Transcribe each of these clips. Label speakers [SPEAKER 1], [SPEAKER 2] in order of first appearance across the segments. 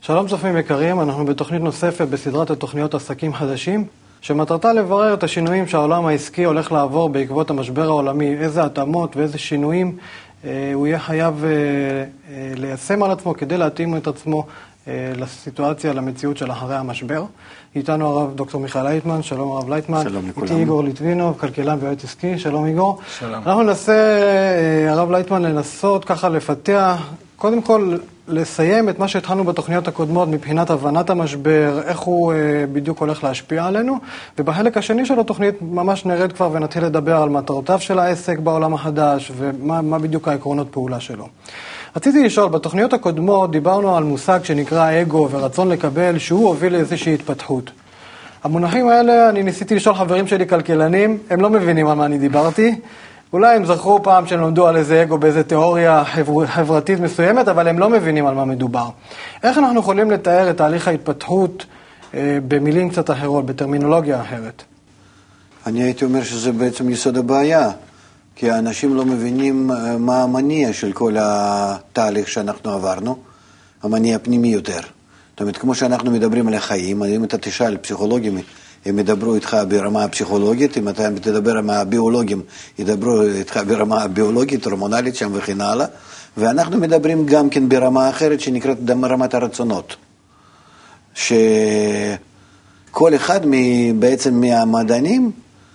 [SPEAKER 1] שלום צופים יקרים, אנחנו בתוכנית נוספת בסדרת התוכניות עסקים חדשים, שמטרתה לברר את השינויים שהעולם העסקי הולך לעבור בעקבות המשבר העולמי, איזה התאמות ואיזה שינויים הוא יהיה חייב ליישם על עצמו כדי להתאים את עצמו לסיטואציה, למציאות של אחרי המשבר. איתנו הרב דוקטור מיכאל לייטמן, שלום הרב לייטמן.
[SPEAKER 2] שלום לכולם.
[SPEAKER 1] איתי איגור ליטבינוב, כלכלן ויועץ עסקי, שלום איגור.
[SPEAKER 2] שלום.
[SPEAKER 1] אנחנו ננסה, הרב לייטמן, לנסות ככה לפתח, קודם כל לסיים את מה שהתחלנו בתוכניות הקודמות מבחינת הבנת המשבר, איך הוא בדיוק הולך להשפיע עלינו, ובחלק השני של התוכנית ממש נרד כבר ונתחיל לדבר על מטרותיו של העסק בעולם החדש, ומה בדיוק העקרונות פעולה שלו. רציתי לשאול, בתוכניות הקודמות דיברנו על מושג שנקרא אגו ורצון לקבל, שהוא הוביל לאיזושהי התפתחות. המונחים האלה, אני ניסיתי לשאול חברים שלי כלכלנים, הם לא מבינים על מה אני דיברתי, אולי הם זכרו פעם שהם לומדו על איזה אגו באיזה תיאוריה חברתית מסוימת, אבל הם לא מבינים על מה מדובר. איך אנחנו יכולים לתאר את תהליך ההתפתחות במילים קצת אחרות, בטרמינולוגיה אחרת?
[SPEAKER 2] אני הייתי אומר שזה בעצם יסוד הבעיה, כי האנשים לא מבינים מה המניע של כל התהליך שאנחנו עברנו, המניע הפנימי יותר. זאת אומרת, כמו שאנחנו מדברים על החיים, אם אתה תשאל פסיכולוגים, הם ידברו איתך ברמה הפסיכולוגית, אם אתה תדבר עם הביולוגים, ידברו איתך ברמה הביולוגית, הורמונלית שם וכן הלאה, ואנחנו מדברים גם כן ברמה אחרת שנקראת רמת הרצונות, שכל אחד בעצם מהמדענים,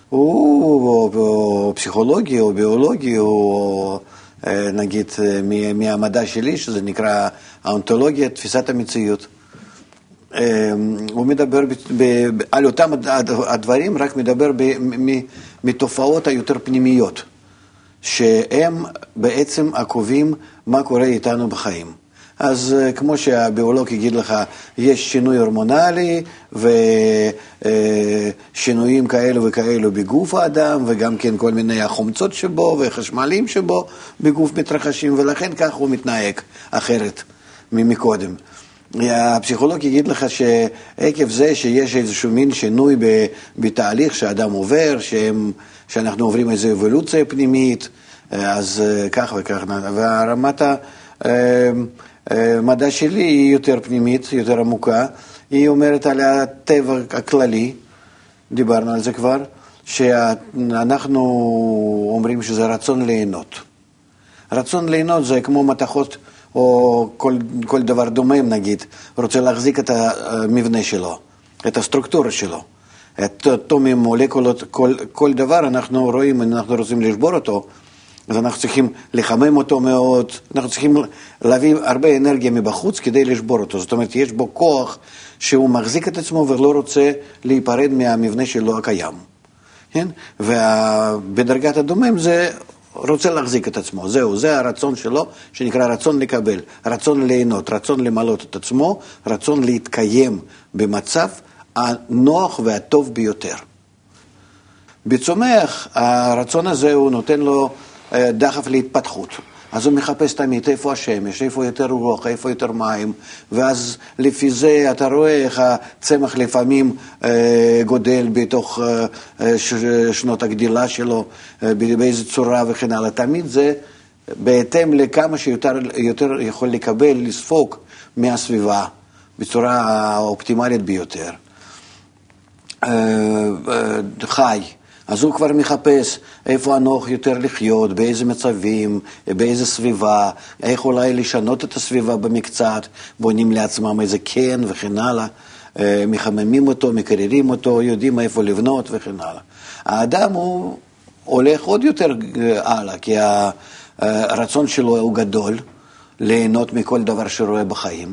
[SPEAKER 2] הוא פסיכולוגי או ביולוגי, או נגיד מהמדע שלי, שזה נקרא האונתולוגיה, תפיסת המציאות. הוא מדבר על אותם הדברים, רק מדבר מתופעות היותר פנימיות, שהם בעצם עקובים מה קורה איתנו בחיים. אז כמו שהביולוג יגיד לך, יש שינוי הורמונלי ושינויים כאלו וכאלו בגוף האדם, וגם כן כל מיני החומצות שבו וחשמלים שבו בגוף מתרחשים, ולכן כך הוא מתנהג אחרת מקודם. הפסיכולוג יגיד לך שעקב זה שיש איזשהו מין שינוי בתהליך שאדם עובר, שאנחנו עוברים איזו אבולוציה פנימית, אז כך וכך. והרמת המדע שלי היא יותר פנימית, יותר עמוקה. היא אומרת על הטבע הכללי, דיברנו על זה כבר, שאנחנו אומרים שזה רצון ליהנות. רצון ליהנות זה כמו מתכות, או כל דבר דומם נגיד, רוצה להחזיק את המבנה שלו, את הסטרוקטורה שלו, את אטומים, מולקולות, כל דבר אנחנו רואים, אנחנו רוצים לשבור אותו, אז אנחנו צריכים לחמם אותו מאוד, אנחנו צריכים להביא הרבה אנרגיה מבחוץ כדי לשבור אותו, זאת אומרת יש בו כוח שהוא מחזיק את עצמו ולא רוצה להיפרד מהמבנה שלו הקיים, כן? ובדרגת הדומם זה רוצה להחזיק את עצמו, זהו, זה הרצון שלו, שנקרא רצון לקבל, רצון ליהנות, רצון למלות את עצמו, רצון להתקיים במצב הנוח והטוב ביותר. בצומח, הרצון הזה הוא נותן לו דחף להתפתחות, אז הוא מחפש תמיד איפה השמש, איפה יותר רוח, איפה יותר מים, ואז לפי זה אתה רואה איך הצמח לפעמים גודל בתוך שנות הגדילה שלו, באיזו צורה וכן הלאה. תמיד זה בהתאם לכמה שיותר יכול לקבל, לספוג מהסביבה, בצורה האופטימלית ביותר. חי. אז הוא כבר מחפש איפה הנוח יותר לחיות, באיזה מצבים, באיזה סביבה, איך אולי לשנות את הסביבה במקצת, בונים לעצמם איזה קן וכן הלאה, מחממים אותו, מקררים אותו, יודעים איפה לבנות וכן הלאה. האדם הוא הולך עוד יותר הלאה, כי הרצון שלו הוא גדול, ליהנות מכל דבר שרואה בחיים,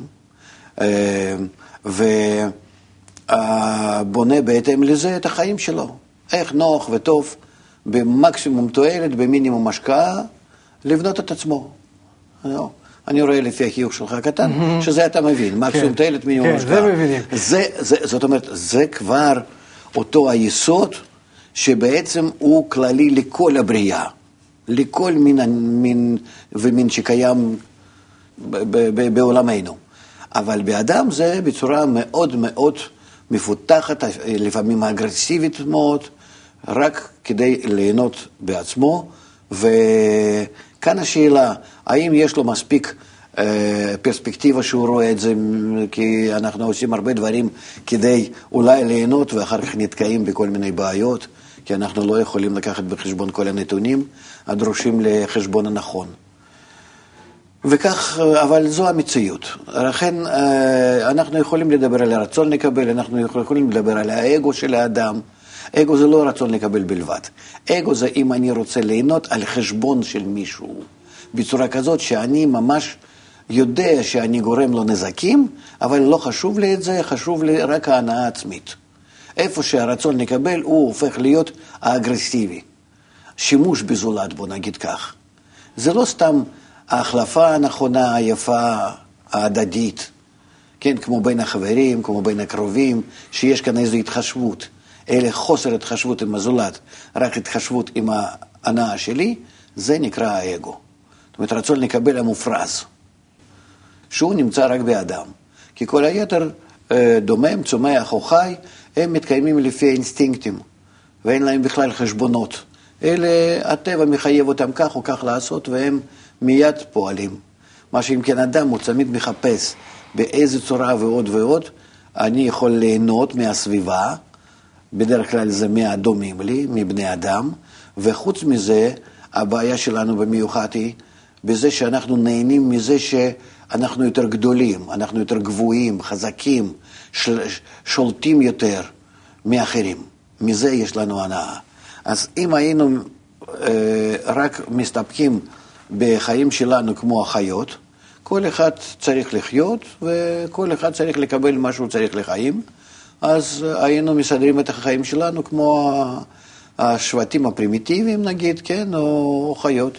[SPEAKER 2] ובונה בהתאם לזה את החיים שלו. איך נוח וטוב, במקסימום תועלת, במינימום השקעה, לבנות את עצמו. אני רואה לפי החיוך שלך הקטן, שזה אתה מבין, מקסימום תועלת, מינימום השקעה.
[SPEAKER 1] כן, זה מבינים.
[SPEAKER 2] זאת אומרת, זה כבר אותו היסוד, שבעצם הוא כללי לכל הבריאה, לכל מין ומין שקיים בעולמנו. אבל באדם זה בצורה מאוד מאוד מפותחת, לפעמים אגרסיבית מאוד, רק כדי ליהנות בעצמו, וכאן השאלה, האם יש לו מספיק פרספקטיבה שהוא רואה את זה, כי אנחנו עושים הרבה דברים כדי אולי ליהנות, ואחר כך נתקעים בכל מיני בעיות, כי אנחנו לא יכולים לקחת בחשבון כל הנתונים הדרושים לחשבון הנכון. וכך, אבל זו המציאות. לכן אנחנו יכולים לדבר על הרצון לקבל, אנחנו יכולים לדבר על האגו של האדם. אגו זה לא רצון לקבל בלבד. אגו זה אם אני רוצה ליהנות על חשבון של מישהו, בצורה כזאת שאני ממש יודע שאני גורם לו נזקים, אבל לא חשוב לי את זה, חשוב לי רק ההנאה עצמית. איפה שהרצון לקבל הוא הופך להיות האגרסיבי. שימוש בזולת, בוא נגיד כך. זה לא סתם ההחלפה הנכונה, היפה, ההדדית, כן, כמו בין החברים, כמו בין הקרובים, שיש כאן איזו התחשבות. אלה חוסר התחשבות עם הזולת, רק התחשבות עם ההנאה שלי, זה נקרא האגו. זאת אומרת, רצון לקבל המופרז, שהוא נמצא רק באדם. כי כל היתר דומם, צומח או חי, הם מתקיימים לפי האינסטינקטים, ואין להם בכלל חשבונות. אלה, הטבע מחייב אותם כך או כך לעשות, והם מיד פועלים. מה שאם כן אדם הוא תמיד מחפש באיזה צורה ועוד ועוד, אני יכול ליהנות מהסביבה, בדרך כלל זה מהדומים לי, מבני אדם, וחוץ מזה, הבעיה שלנו במיוחד היא, בזה שאנחנו נהנים מזה שאנחנו יותר גדולים, אנחנו יותר גבוהים, חזקים, שולטים יותר מאחרים. מזה יש לנו הנאה. אז אם היינו רק מסתפקים בחיים שלנו כמו החיות, כל אחד צריך לחיות וכל אחד צריך לקבל מה שהוא צריך לחיים, אז היינו מסדרים את החיים שלנו כמו השבטים הפרימיטיביים נגיד, כן, או חיות.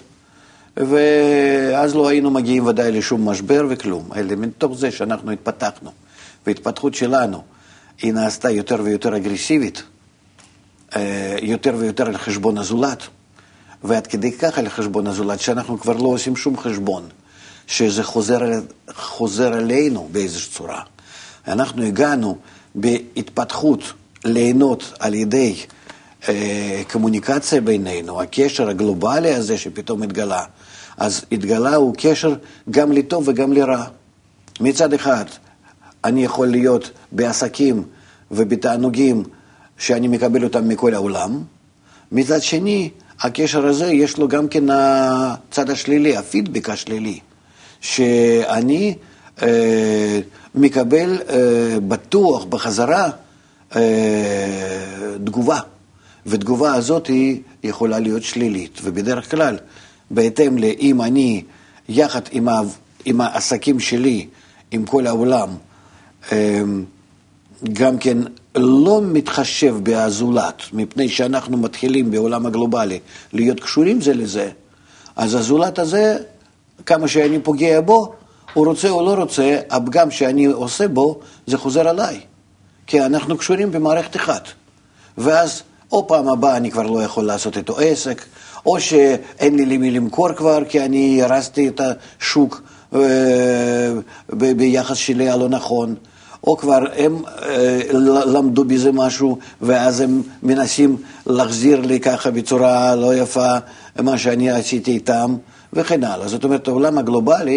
[SPEAKER 2] ואז לא היינו מגיעים ודאי לשום משבר וכלום. אלא מתוך זה שאנחנו התפתחנו, וההתפתחות שלנו היא נעשתה יותר ויותר אגרסיבית, יותר ויותר על חשבון הזולת, ועד כדי כך על חשבון הזולת, שאנחנו כבר לא עושים שום חשבון, שזה חוזר עלינו באיזושהי צורה. אנחנו הגענו בהתפתחות ליהנות על ידי קומוניקציה בינינו, הקשר הגלובלי הזה שפתאום התגלה, אז התגלה הוא קשר גם לטוב וגם לרע. מצד אחד, אני יכול להיות בעסקים ובתענוגים שאני מקבל אותם מכל העולם, מצד שני, הקשר הזה יש לו גם כן הצד השלילי, הפידבק השלילי, שאני מקבל בטוח בחזרה תגובה, ותגובה הזאת היא יכולה להיות שלילית, ובדרך כלל, בהתאם לאם אני יחד עם העסקים שלי, עם כל העולם, גם כן לא מתחשב בהזולת, מפני שאנחנו מתחילים בעולם הגלובלי להיות קשורים זה לזה, אז הזולת הזה, כמה שאני פוגע בו, הוא רוצה או לא רוצה, הפגם שאני עושה בו, זה חוזר עליי. כי אנחנו קשורים במערכת אחת. ואז, או פעם הבאה אני כבר לא יכול לעשות איתו עסק, או שאין לי למי למכור כבר, כי אני הרסתי את השוק ביחס שלי הלא נכון, או כבר הם למדו בזה משהו, ואז הם מנסים להחזיר לי ככה בצורה לא יפה, מה שאני עשיתי איתם, וכן הלאה. זאת אומרת, העולם הגלובלי,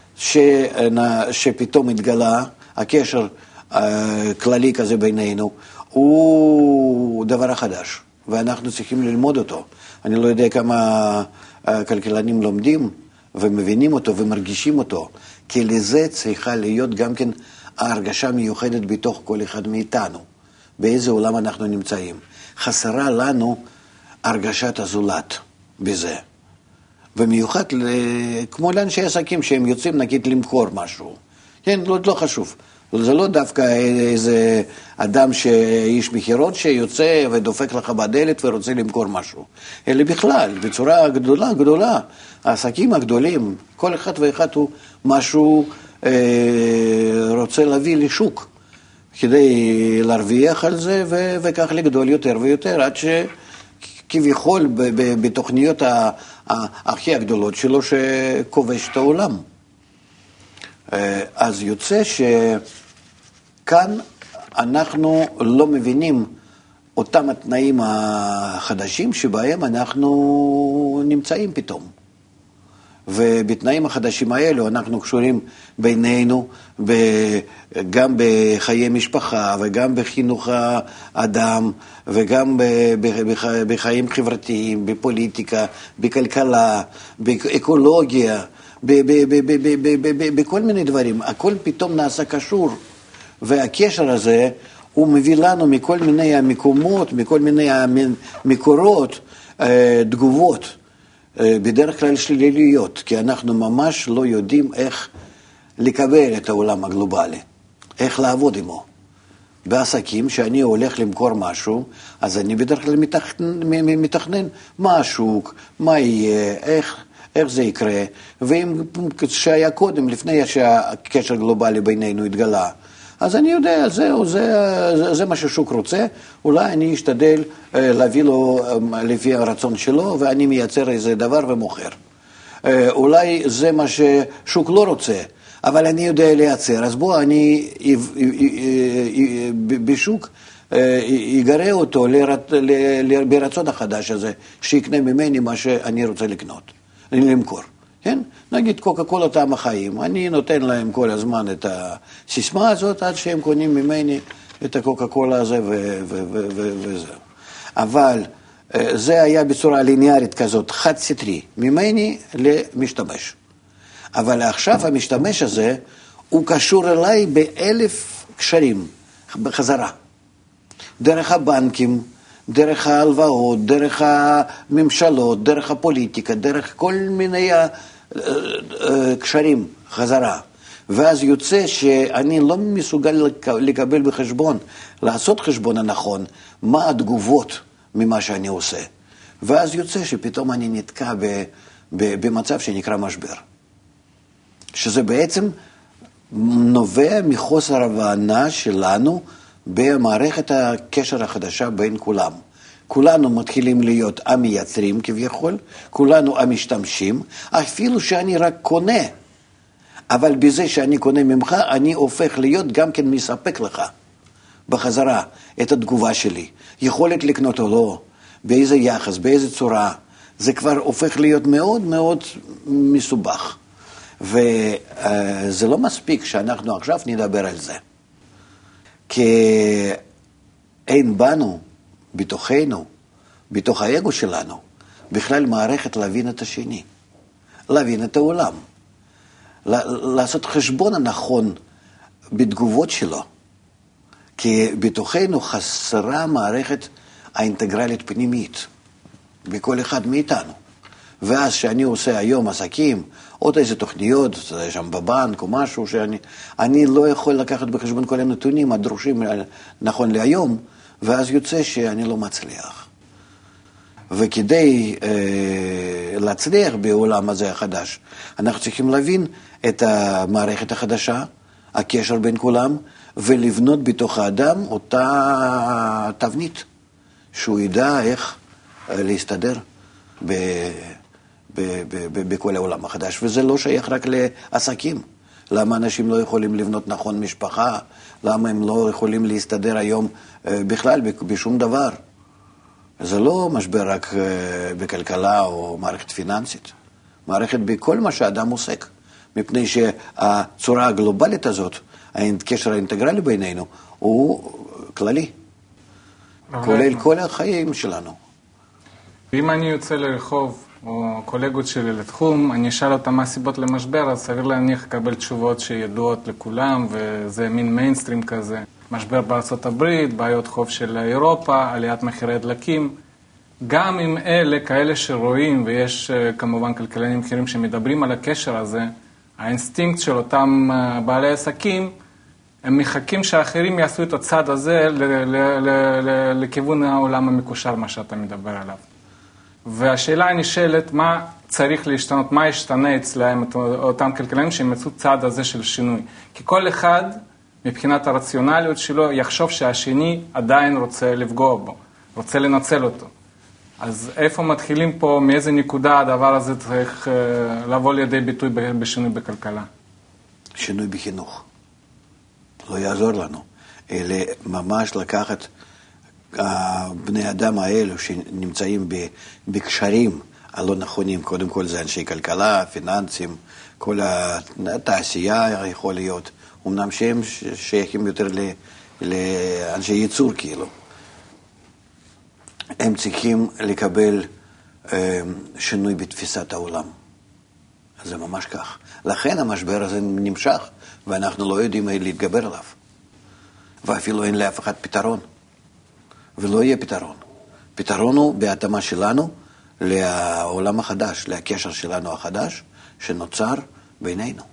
[SPEAKER 2] שפתאום התגלה, הקשר כללי כזה בינינו, הוא דבר חדש, ואנחנו צריכים ללמוד אותו. אני לא יודע כמה כלכלנים לומדים ומבינים אותו ומרגישים אותו, כי לזה צריכה להיות גם כן ההרגשה מיוחדת בתוך כל אחד מאיתנו, באיזה עולם אנחנו נמצאים. חסרה לנו הרגשת הזולת בזה. במיוחד כמו לאנשי עסקים שהם יוצאים נגיד למכור משהו. כן, לא חשוב. זה לא דווקא איזה אדם שאיש מחירות שיוצא ודופק לך בדלת ורוצה למכור משהו. אלא בכלל, בצורה גדולה. העסקים הגדולים, כל אחד ואחד הוא משהו רוצה להביא לשוק, כדי להרוויח על זה וכך לגדול יותר ויותר, עד שכביכול בתוכניות הכי הגדולות שלו שכובש את העולם. אז יוצא שכאן אנחנו לא מבינים אותם התנאים החדשים שבהם אנחנו נמצאים פתאום. ובתנאים החדשים האלו אנחנו קשורים בינינו, גם בחיי משפחה וגם בחינוך האדם וגם בחיים חברתיים, בפוליטיקה, בכלכלה, באקולוגיה, בכל מיני דברים. הכל פתאום נעשה קשור, והקשר הזה הוא מביא לנו מכל מיני המקומות, מכל מיני מקורות, תגובות. בדרך כלל שליליות, כי אנחנו ממש לא יודעים איך לקבל את העולם הגלובלי, איך לעבוד עמו. בעסקים, שאני הולך למכור משהו, אז אני בדרך כלל מתכנן מה השוק, מה יהיה, איך זה יקרה, ואם שהיה קודם, לפני שהקשר גלובלי בינינו התגלה, אז אני יודע, זה מה ששוק רוצה, אולי אני אשתדל להביא לו לפי הרצון שלו, ואני מייצר איזה דבר ומוכר. אולי זה מה ששוק לא רוצה, אבל אני יודע לייצר, אז בוא אני בשוק יגרה אותו ברצון החדש הזה, שיקנה ממני מה שאני רוצה למכור. כן? נגיד קוקה קולה טעם החיים, אני נותן להם כל הזמן את הסיסמה הזאת, עד שהם קונים ממני את הקוקה קולה הזה וזהו. אבל זה היה בצורה ליניארית כזאת, חד סטרי, ממני למשתמש. אבל עכשיו המשתמש הזה, הוא קשור אליי באלף קשרים, בחזרה. דרך הבנקים, דרך ההלוואות, דרך הממשלות, דרך הפוליטיקה, דרך כל מיני קשרים חזרה. ואז יוצא שאני לא מסוגל לקבל בחשבון, לעשות חשבון הנכון, מה התגובות ממה שאני עושה. ואז יוצא שפתאום אני נתקע במצב שנקרא משבר. שזה בעצם נובע מחוסר הבנה שלנו במערכת הקשר החדשה בין כולם. כולנו מתחילים להיות המייצרים כביכול, כולנו המשתמשים, אפילו שאני רק קונה, אבל בזה שאני קונה ממך, אני הופך להיות גם כן מספק לך בחזרה את התגובה שלי. יכולת לקנות או לא, באיזה יחס, באיזה צורה, זה כבר הופך להיות מאוד מאוד מסובך. וזה לא מספיק שאנחנו עכשיו נדבר על זה. כי אין בנו, בתוכנו, בתוך האגו שלנו, בכלל מערכת להבין את השני, להבין את העולם, לעשות חשבון הנכון בתגובות שלו. כי בתוכנו חסרה מערכת האינטגרלית פנימית, בכל אחד מאיתנו. ואז שאני עושה היום עסקים, עוד איזה תוכניות, שם בבנק או משהו, שאני לא יכול לקחת בחשבון כל הנתונים הדרושים נכון להיום, ואז יוצא שאני לא מצליח. וכדי להצליח בעולם הזה החדש, אנחנו צריכים להבין את המערכת החדשה, הקשר בין כולם, ולבנות בתוך האדם אותה תבנית, שהוא ידע איך להסתדר בכל העולם החדש. וזה לא שייך רק לעסקים. למה אנשים לא יכולים לבנות נכון משפחה? למה הם לא יכולים להסתדר היום בכלל בשום דבר? זה לא משבר רק בכלכלה או מערכת פיננסית. מערכת בכל מה שאדם עוסק. מפני שהצורה הגלובלית הזאת, הקשר האינטגרלי בינינו, הוא כללי. כולל כל החיים שלנו.
[SPEAKER 3] ואם אני יוצא לרחוב, או קולגות שלי לתחום, אני אשאל אותם מה הסיבות למשבר, אז סביר להניח לקבל תשובות שידועות לכולם, וזה מין מיינסטרים כזה. משבר בארצות הברית, בעיות חוב של אירופה, עליית מחירי דלקים. גם עם אלה, כאלה שרואים, ויש כמובן כלכלנים אחרים שמדברים על הקשר הזה, האינסטינקט של אותם בעלי עסקים, הם מחכים שאחרים יעשו את הצד הזה לכיוון העולם המקושר, מה שאתה מדבר עליו. והשאלה הנשאלת, מה צריך להשתנות, מה ישתנה אצלהם, אותם כלכלנים שהם יצאו צעד הזה של שינוי. כי כל אחד, מבחינת הרציונליות שלו, יחשוב שהשני עדיין רוצה לפגוע בו, רוצה לנצל אותו. אז איפה מתחילים פה, מאיזה נקודה הדבר הזה צריך לבוא לידי ביטוי בשינוי בכלכלה?
[SPEAKER 2] שינוי בחינוך. לא יעזור לנו. אלא ממש לקחת בני אדם האלו שנמצאים בקשרים הלא נכונים. קודם כל זה אנשי כלכלה, פיננסים, כל התעשייה יכול להיות. אמנם שהם שייכים יותר לאנשי ייצור כאילו. הם צריכים לקבל שינוי בתפיסת העולם. זה ממש כך. לכן המשבר הזה נמשך, ואנחנו לא יודעים להתגבר עליו. ואפילו אין לאף אחד פתרון. ולא יהיה פתרון. פתרון הוא בהתאמה שלנו לעולם החדש, לקשר שלנו החדש, שנוצר בינינו.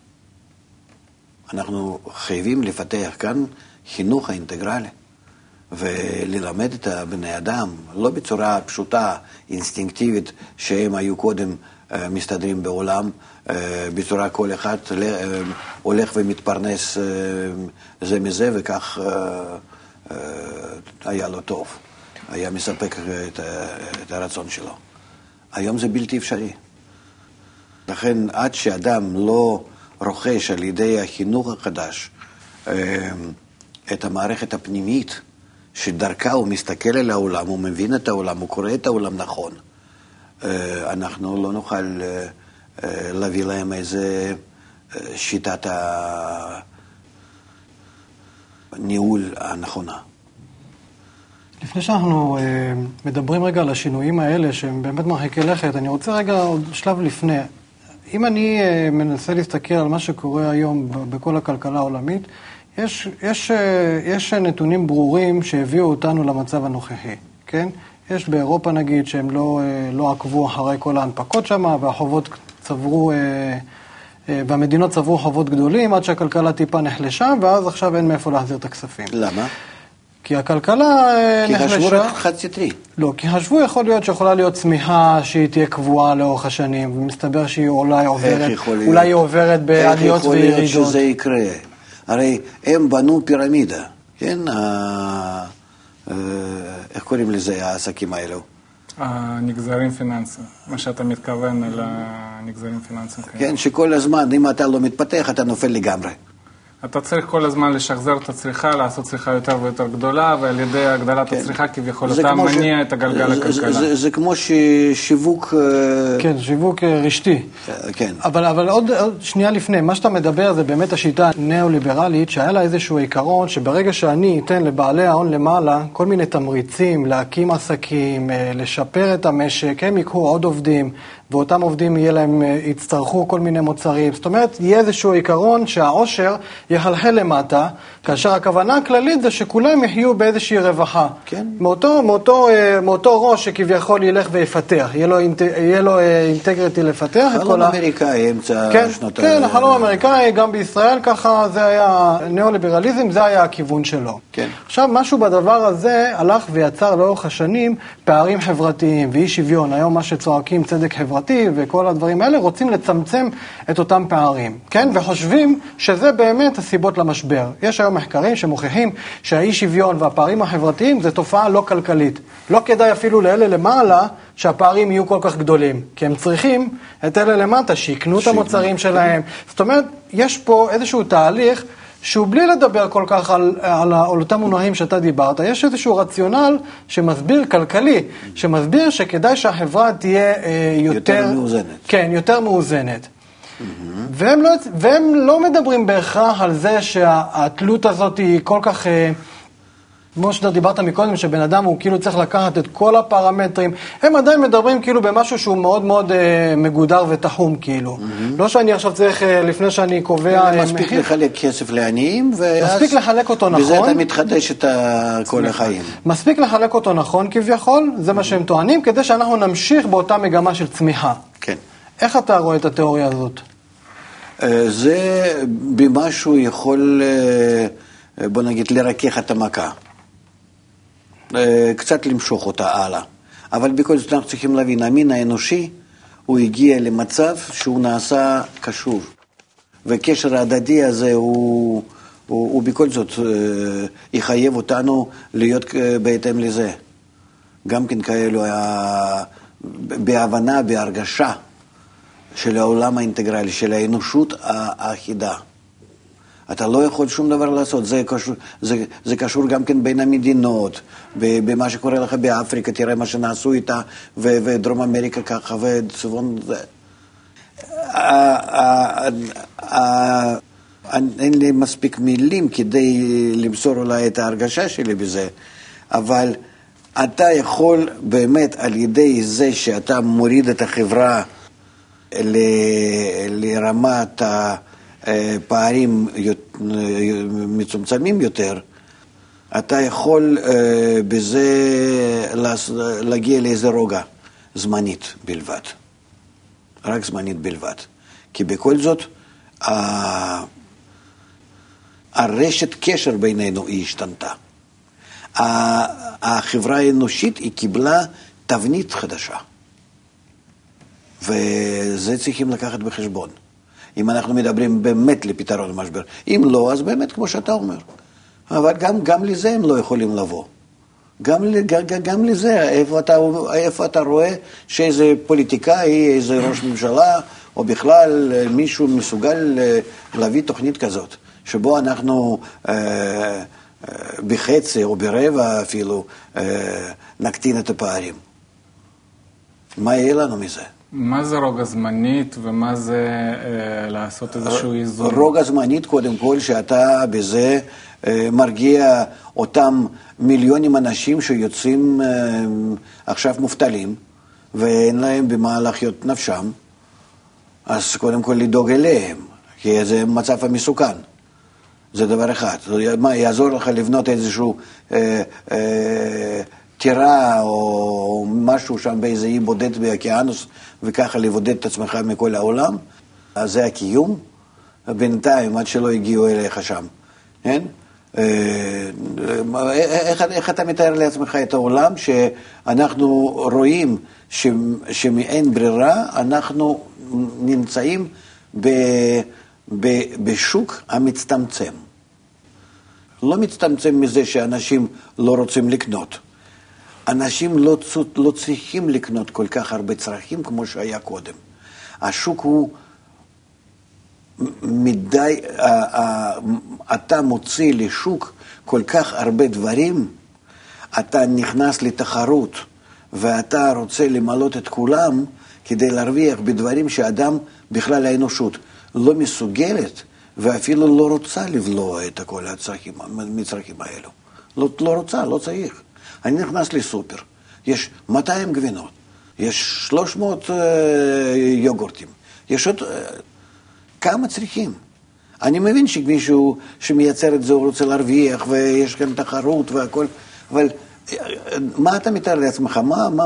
[SPEAKER 2] אנחנו חייבים לפתח כאן חינוך האינטגרלי, וללמד את בני אדם, לא בצורה פשוטה, אינסטינקטיבית, שהם היו קודם מסתדרים בעולם, בצורה כל אחד הולך ומתפרנס זה מזה, וכך היה לו טוב. היה מספק את הרצון שלו. היום זה בלתי אפשרי. לכן עד שאדם לא רוכש על ידי החינוך החדש את המערכת הפנימית, שדרכה הוא מסתכל על העולם, הוא מבין את העולם, הוא קורא את העולם נכון, אנחנו לא נוכל להביא להם איזה שיטת הניהול הנכונה.
[SPEAKER 1] לפני שאנחנו מדברים רגע על השינויים האלה, שהם באמת מרחיקי לכת, אני רוצה רגע עוד שלב לפני. אם אני מנסה להסתכל על מה שקורה היום בכל הכלכלה העולמית, יש נתונים ברורים שהביאו אותנו למצב הנוכחי, כן? יש באירופה נגיד שהם לא עקבו אחרי כל ההנפקות שם, והחובות צברו, והמדינות צברו חובות גדולים עד שהכלכלה טיפה נחלשה, ואז עכשיו אין מאיפה להחזיר את הכספים.
[SPEAKER 2] למה?
[SPEAKER 1] כי הכלכלה נחלשה.
[SPEAKER 2] כי חשבו רק חד-סטרי.
[SPEAKER 1] לא, כי חשבו יכול להיות שיכולה להיות צמיחה שהיא תהיה קבועה לאורך השנים, ומסתבר שהיא אולי עוברת בעליות וירידות.
[SPEAKER 2] איך יכול להיות שזה יקרה? הרי הם בנו פירמידה, כן? איך קוראים לזה העסקים האלו?
[SPEAKER 3] הנגזרים פיננסיים, מה שאתה מתכוון על הנגזרים פיננסיים.
[SPEAKER 2] כן, שכל הזמן, אם אתה לא מתפתח, אתה נופל לגמרי.
[SPEAKER 3] אתה צריך כל הזמן לשחזר את הצריכה, לעשות צריכה יותר ויותר גדולה, ועל ידי הגדלת הצריכה כביכול אתה מניע את הגלגל הכלכלה.
[SPEAKER 2] זה כמו ששיווק...
[SPEAKER 1] כן, שיווק רשתי.
[SPEAKER 2] כן.
[SPEAKER 1] אבל עוד שנייה לפני, מה שאתה מדבר זה באמת השיטה הנאו-ליברלית, שהיה לה איזשהו עיקרון, שברגע שאני אתן לבעלי ההון למעלה, כל מיני תמריצים, להקים עסקים, לשפר את המשק, הם יקחו עוד עובדים, ואותם עובדים יצטרכו כל מיני מוצרים. זאת אומרת, יהיה איזשהו עיקרון שהעושר יחלחל למטה, כאשר הכוונה הכללית זה שכולם יחיו באיזושהי רווחה.
[SPEAKER 2] כן.
[SPEAKER 1] מאותו ראש שכביכול ילך ויפתח, יהיה לו אינטגריטי לפתח את כל
[SPEAKER 2] חלום אמריקאי, אמצע שנות...
[SPEAKER 1] כן, החלום האמריקאי, גם בישראל ככה, זה היה, ניאו-ליברליזם, זה היה הכיוון שלו.
[SPEAKER 2] כן.
[SPEAKER 1] עכשיו, משהו בדבר הזה הלך ויצר לאורך השנים פערים חברתיים ואי שוויון. היום מה שצועקים צדק חברתי וכל הדברים האלה רוצים לצמצם את אותם פערים, כן? וחושבים שזה באמת הסיבות למשבר. יש היום מחקרים שמוכיחים שהאי שוויון והפערים החברתיים זה תופעה לא כלכלית. לא כדאי אפילו לאלה למעלה שהפערים יהיו כל כך גדולים, כי הם צריכים את אלה למטה שיקנו את המוצרים שלהם. זאת אומרת, יש פה איזשהו תהליך שהוא בלי לדבר כל כך על אותם מונחים שאתה דיברת, יש איזשהו רציונל שמסביר כלכלי, שמסביר שכדאי שהחברה תהיה יותר
[SPEAKER 2] מאוזנת. כן,
[SPEAKER 1] יותר מאוזנת. והם לא מדברים בהכרח על זה שהתלות הזאת היא כל כך... כמו שאתה דיברת מקודם, שבן אדם הוא כאילו צריך לקחת את כל הפרמטרים, הם עדיין מדברים כאילו במשהו שהוא מאוד מאוד מגודר ותחום כאילו. לא שאני עכשיו צריך, לפני שאני קובע...
[SPEAKER 2] מספיק לחלק כסף לעניים,
[SPEAKER 1] מספיק לחלק אותו נכון.
[SPEAKER 2] וזה אתה מתחדש את כל החיים.
[SPEAKER 1] מספיק לחלק אותו נכון כביכול, זה מה שהם טוענים, כדי שאנחנו נמשיך באותה מגמה של צמיחה.
[SPEAKER 2] כן.
[SPEAKER 1] איך אתה רואה את התיאוריה הזאת?
[SPEAKER 2] זה במשהו יכול, בוא נגיד, לרכך את המכה. קצת למשוך אותה הלאה. אבל בכל זאת אנחנו צריכים להבין, המין האנושי הוא הגיע למצב שהוא נעשה קשוב. והקשר ההדדי הזה הוא בכל זאת יחייב אותנו להיות בהתאם לזה. גם כן כאלו בהבנה, בהרגשה של העולם האינטגרלי, של האנושות האחידה. אתה לא יכול שום דבר לעשות, זה קשור גם כן בין המדינות, במה שקורה לך באפריקה, תראה מה שנעשו איתה, ודרום אמריקה ככה, וצפון זה. אין לי מספיק מילים כדי למסור אולי את ההרגשה שלי בזה, אבל אתה יכול באמת על ידי זה שאתה מוריד את החברה לרמת הפערים מצומצמים יותר, אתה יכול בזה להגיע לאיזה רוגע זמנית בלבד, רק זמנית בלבד, כי בכל זאת הרשת קשר בינינו היא השתנתה. החברה האנושית היא קיבלה תבנית חדשה, וזה צריכים לקחת בחשבון. אם אנחנו מדברים באמת לפתרון המשבר, אם לא, אז באמת כמו שאתה אומר. אבל גם לזה הם לא יכולים לבוא. גם לזה, איפה אתה רואה שאיזה פוליטיקאי, איזה ראש ממשלה, או בכלל מישהו מסוגל להביא תוכנית כזאת, שבו אנחנו בחצי או ברבע אפילו נקטין את הפערים. מה יהיה לנו מזה?
[SPEAKER 3] מה זה רוגע זמנית ומה זה לעשות איזשהו איזון?
[SPEAKER 2] רוגע זמנית קודם כל שאתה בזה מרגיע אותם מיליונים אנשים שיוצאים עכשיו מובטלים ואין להם במה לחיות נפשם, אז קודם כל לדאוג אליהם, כי זה מצב המסוכן. זה דבר אחד. מה, יעזור לך לבנות איזשהו טירה או משהו שם באיזה אי בודד באוקיינוס, וככה לבודד את עצמך מכל העולם? אז זה הקיום. בינתיים, עד שלא הגיעו אליך שם. כן? איך אתה מתאר לעצמך את העולם שאנחנו רואים שמאין ברירה, אנחנו נמצאים בשוק המצטמצם. לא מצטמצם מזה שאנשים לא רוצים לקנות. אנשים לא צריכים לקנות כל כך הרבה צרכים כמו שהיה קודם. השוק הוא מדי, אתה מוציא לשוק כל כך הרבה דברים, אתה נכנס לתחרות ואתה רוצה למלות את כולם כדי להרוויח בדברים שאדם בכלל האנושות לא מסוגלת ואפילו לא רוצה לבלוע את כל המצרכים האלו. לא רוצה, לא צריך. אני נכנס לסופר, יש 200 גבינות, יש 300 יוגורטים, יש עוד כמה צריכים. אני מבין שמישהו שמייצר את זה הוא רוצה להרוויח ויש כאן תחרות והכל, אבל מה אתה מתאר לעצמך?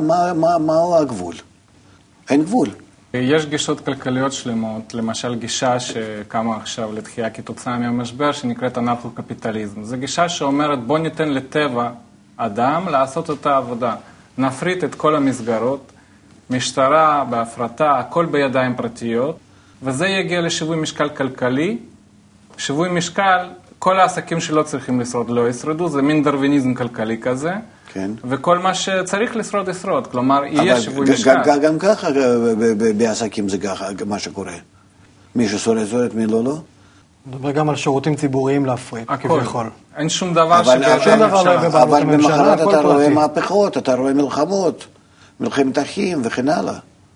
[SPEAKER 2] מהו הגבול? אין גבול.
[SPEAKER 3] יש גישות כלכליות שלמות, למשל גישה שקמה עכשיו לתחייה כתוצאה מהמשבר שנקראת אנרכו-קפיטליזם. זו גישה שאומרת בוא ניתן לטבע אדם לעשות את העבודה. נפריט את כל המסגרות, משטרה בהפרטה, הכל בידיים פרטיות, וזה יגיע לשיווי משקל כלכלי. שיווי משקל, כל העסקים שלא צריכים לשרוד לא ישרדו, זה מין דרוויניזם כלכלי כזה. כן. וכל מה שצריך לשרוד ישרוד, כלומר יהיה שיווי משקל.
[SPEAKER 2] אבל גם ככה בעסקים זה ככה מה שקורה. מי ששורד, מי לא.
[SPEAKER 1] מדבר גם על שירותים ציבוריים להפריט, כביכול.
[SPEAKER 3] אין שום דבר
[SPEAKER 2] אבל במחרת אתה רואה מהפכות, אתה רואה מלחמות, מלחמת אחים וכן הלאה.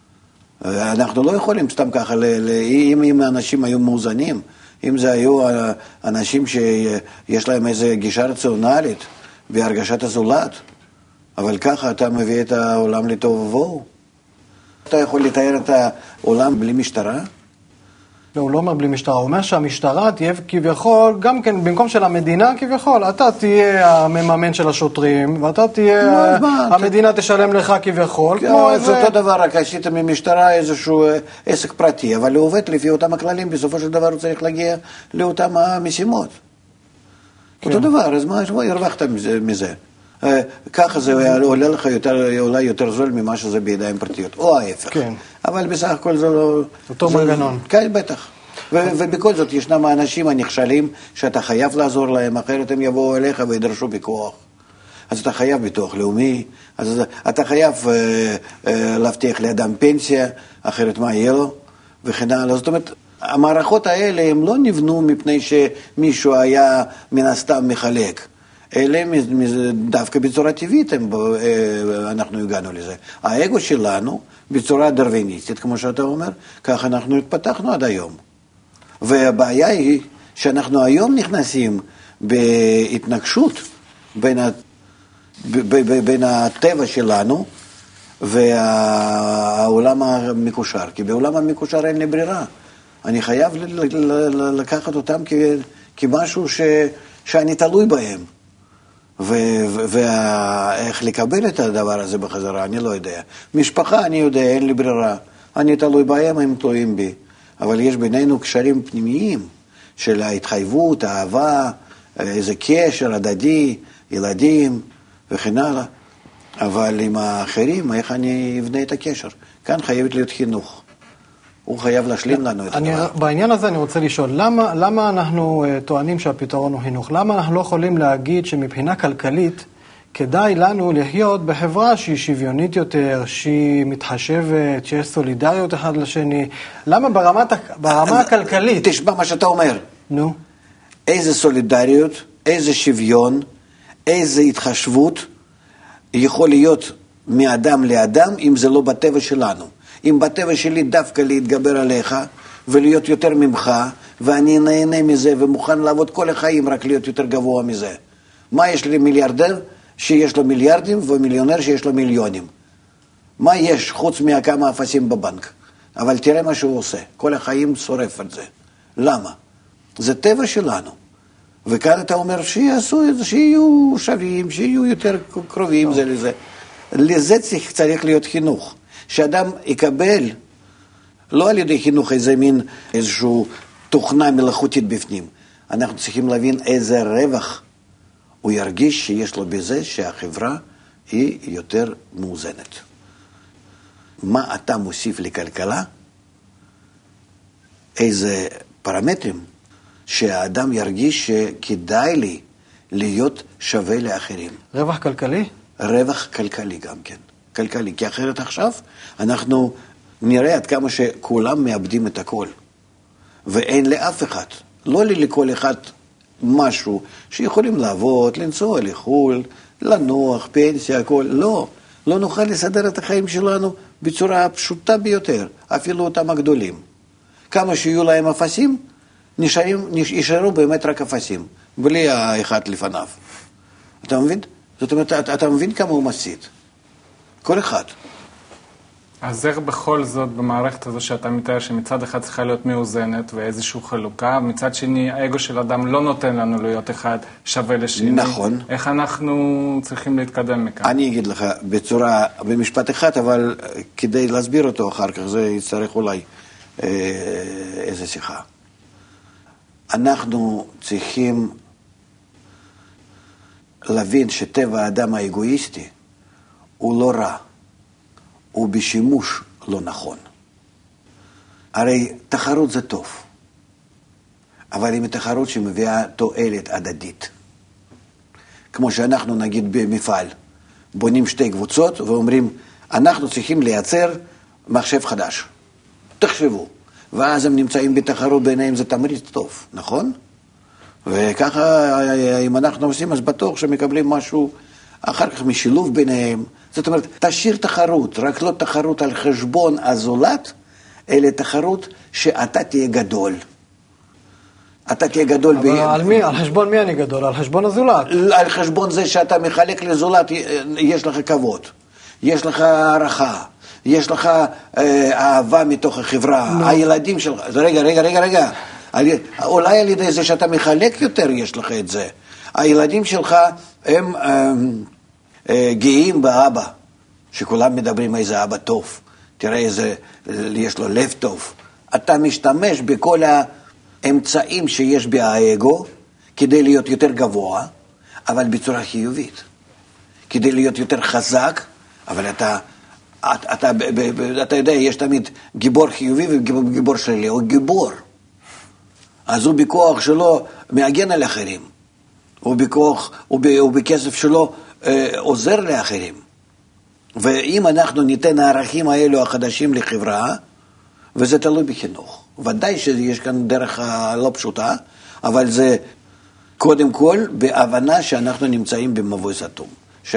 [SPEAKER 2] אנחנו לא יכולים סתם ככה, אם האנשים היו מאוזנים, אם זה היו אנשים שיש להם איזו גישה רציונלית בהרגשת הזולת, אבל ככה אתה מביא את העולם לטוב ובוהו. אתה יכול לתאר את העולם בלי משטרה?
[SPEAKER 1] לא, הוא לא אומר בלי משטרה, הוא אומר שהמשטרה תהיה כביכול, גם כן במקום של המדינה כביכול, אתה תהיה המממן של השוטרים, ואתה תהיה, המדינה תשלם לך כביכול.
[SPEAKER 2] זה אותו דבר, רק עשית ממשטרה איזשהו עסק פרטי, אבל הוא עובד לפי אותם הכללים, בסופו של דבר הוא צריך להגיע לאותם המשימות. אותו דבר, אז מה הרווחת מזה? ככה זה עולה לך אולי יותר זול ממה שזה בידיים פרטיות, או ההפך. כן. אבל בסך הכל זה לא...
[SPEAKER 1] אותו מנגנון.
[SPEAKER 2] כן, בטח. ובכל זאת ישנם האנשים הנכשלים שאתה חייב לעזור להם, אחרת הם יבואו אליך וידרשו בכוח. אז אתה חייב ביטוח לאומי, אז אתה חייב להבטיח לאדם פנסיה, אחרת מה יהיה לו, וכן הלאה. זאת אומרת, המערכות האלה הם לא נבנו מפני שמישהו היה מן הסתם מחלק. אלה דווקא בצורה טבעית אנחנו הגענו לזה. האגו שלנו בצורה דרוויניסטית, כמו שאתה אומר, כך אנחנו התפתחנו עד היום. והבעיה היא שאנחנו היום נכנסים בהתנגשות בין הטבע שלנו והעולם המקושר. כי בעולם המקושר אין לי ברירה. אני חייב לקחת אותם כמשהו שאני תלוי בהם. ואיך לקבל את הדבר הזה בחזרה, אני לא יודע. משפחה, אני יודע, אין לי ברירה. אני תלוי בהם, הם תלויים בי. אבל יש בינינו קשרים פנימיים של ההתחייבות, האהבה, איזה קשר הדדי, ילדים וכן הלאה. אבל עם האחרים, איך אני אבנה את הקשר? כאן חייבת להיות חינוך. הוא חייב להשלים לנו את הדבר.
[SPEAKER 1] בעניין הזה אני רוצה לשאול, למה אנחנו טוענים שהפתרון הוא חינוך? למה אנחנו לא יכולים להגיד שמבחינה כלכלית כדאי לנו לחיות בחברה שהיא שוויונית יותר, שהיא מתחשבת, שיש סולידריות אחד לשני? למה ברמה הכלכלית?
[SPEAKER 2] תשמע מה שאתה אומר.
[SPEAKER 1] נו.
[SPEAKER 2] איזה סולידריות, איזה שוויון, איזה התחשבות יכול להיות מאדם לאדם אם זה לא בטבע שלנו. אם בטבע שלי דווקא להתגבר עליך ולהיות יותר ממך, ואני נהנה מזה ומוכן לעבוד כל החיים רק להיות יותר גבוה מזה. מה יש לי מיליארדר שיש לו מיליארדים ומיליונר שיש לו מיליונים? מה יש חוץ מכמה אפסים בבנק? אבל תראה מה שהוא עושה, כל החיים שורף על זה. למה? זה טבע שלנו. וכאן אתה אומר שיעשו את זה, שיהיו שווים, שיהיו יותר קרובים זה לזה. לזה צריך להיות חינוך. שאדם יקבל, לא על ידי חינוך איזשהו תוכנה מלאכותית בפנים. אנחנו צריכים להבין איזה רווח הוא ירגיש שיש לו בזה שהחברה היא יותר מאוזנת. מה אתה מוסיף לכלכלה? איזה פרמטרים שהאדם ירגיש שכדאי לי להיות שווה לאחרים.
[SPEAKER 1] רווח כלכלי?
[SPEAKER 2] רווח כלכלי גם כן. כלכלי, כי אחרת עכשיו אנחנו נראה עד כמה שכולם מאבדים את הכל. ואין לאף אחד, לא לכל אחד משהו שיכולים לעבוד, לנסוע לחול, לנוח, פנסיה, הכל. לא נוכל לסדר את החיים שלנו בצורה פשוטה ביותר, אפילו אותם הגדולים. כמה שיהיו להם אפסים, נשארו באמת רק אפסים, בלי האחד לפניו. אתה מבין? זאת אומרת, אתה מבין כמה הוא מפסיד. כל אחד.
[SPEAKER 3] אז איך בכל זאת במערכת הזו שאתה מתאר שמצד אחד צריכה להיות מאוזנת ואיזושהי חלוקה, מצד שני האגו של אדם לא נותן לנו להיות אחד שווה לשני.
[SPEAKER 2] נכון.
[SPEAKER 3] איך אנחנו צריכים להתקדם מכאן?
[SPEAKER 2] אני אגיד לך במשפט אחד, אבל כדי להסביר אותו אחר כך, זה יצטרך אולי איזה שיחה. אנחנו צריכים להבין שטבע האדם האגואיסטי הוא לא רע, הוא בשימוש לא נכון. הרי תחרות זה טוב, אבל אם תחרות שמביאה תועלת הדדית. כמו שאנחנו נגיד במפעל, בונים שתי קבוצות ואומרים, אנחנו צריכים לייצר מחשב חדש. תחשבו. ואז הם נמצאים בתחרות ביניהם, זה תמריץ טוב, נכון? וככה, אם אנחנו עושים, אז בטוח שמקבלים משהו אחר כך משילוב ביניהם. זאת אומרת, תשאיר תחרות, רק לא תחרות על חשבון הזולת, אלא תחרות שאתה תהיה גדול. אתה תהיה גדול.
[SPEAKER 1] אבל על חשבון מי אני גדול? על חשבון הזולת.
[SPEAKER 2] על חשבון זה שאתה מחלק לזולת, יש לך כבוד, יש לך הערכה, יש לך אהבה מתוך החברה, הילדים שלך. רגע. אולי על ידי זה שאתה מחלק יותר יש לך את זה. הילדים שלך הם גאים באבא, שכולם מדברים איזה אבא טוב, תראה איזה, יש לו לב טוב. אתה משתמש בכל האמצעים שיש באגו כדי להיות יותר גבוה, אבל בצורה חיובית. כדי להיות יותר חזק, אבל אתה יודע, יש תמיד גיבור חיובי וגיבור שלי, הוא גיבור. אז הוא בכוח שלו מאגן על אחרים. הוא בכסף שלו עוזר לאחרים. ואם אנחנו ניתן הערכים האלו החדשים לחברה, וזה תלוי בחינוך. ודאי שיש כאן דרך לא פשוטה, אבל זה קודם כל בהבנה שאנחנו נמצאים במבוי סתום.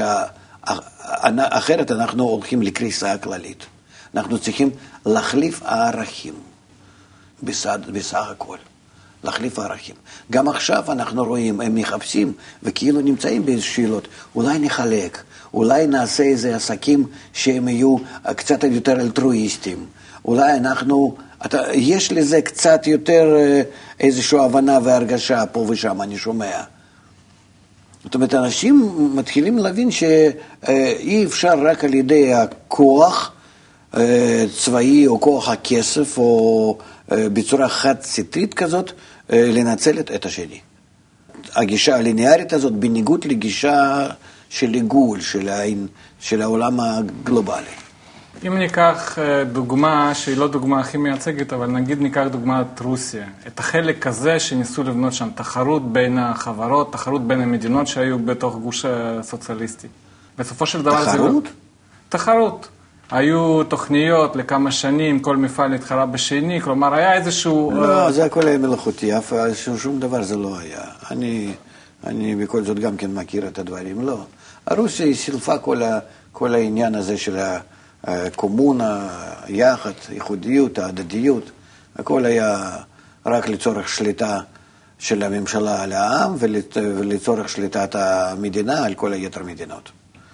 [SPEAKER 2] אחרת אנחנו הולכים לקריסה הכללית. אנחנו צריכים להחליף הערכים בסך הכל. להחליף הערכים. גם עכשיו אנחנו רואים, הם מחפשים וכאילו נמצאים בשאלות. אולי נחלק, אולי נעשה איזה עסקים שהם יהיו קצת יותר אלטרואיסטים. אולי אנחנו, יש לזה קצת יותר איזושהי הבנה והרגשה פה ושם, אני שומע. זאת אומרת, אנשים מתחילים להבין שאי אפשר רק על ידי הכוח צבאי או כוח הכסף או בצורה חד-סטרית כזאת לנצל את השני. הגישה הליניארית הזאת בניגוד לגישה של עיגול, של העולם הגלובלי.
[SPEAKER 3] אם ניקח דוגמה שהיא לא דוגמה הכי מייצגת, אבל נגיד ניקח דוגמה את רוסיה. את החלק הזה שניסו לבנות שם תחרות בין החברות, תחרות בין המדינות שהיו בתוך גוש הסוציאליסטי. בסופו של דבר זה לא...
[SPEAKER 2] תחרות?
[SPEAKER 3] תחרות. היו תוכניות לכמה שנים, כל מפעל התחרה בשני, כלומר היה איזשהו...
[SPEAKER 2] לא, זה הכל היה מלאכותי, שום דבר זה לא היה. אני בכל זאת גם כן מכיר את הדברים, לא. הרוסיה היא סילפה כל העניין הזה של הקומונה, יחד, ייחודיות, ההדדיות, הכל היה רק לצורך שליטה של הממשלה על העם ולצורך שליטת המדינה על כל היתר מדינות.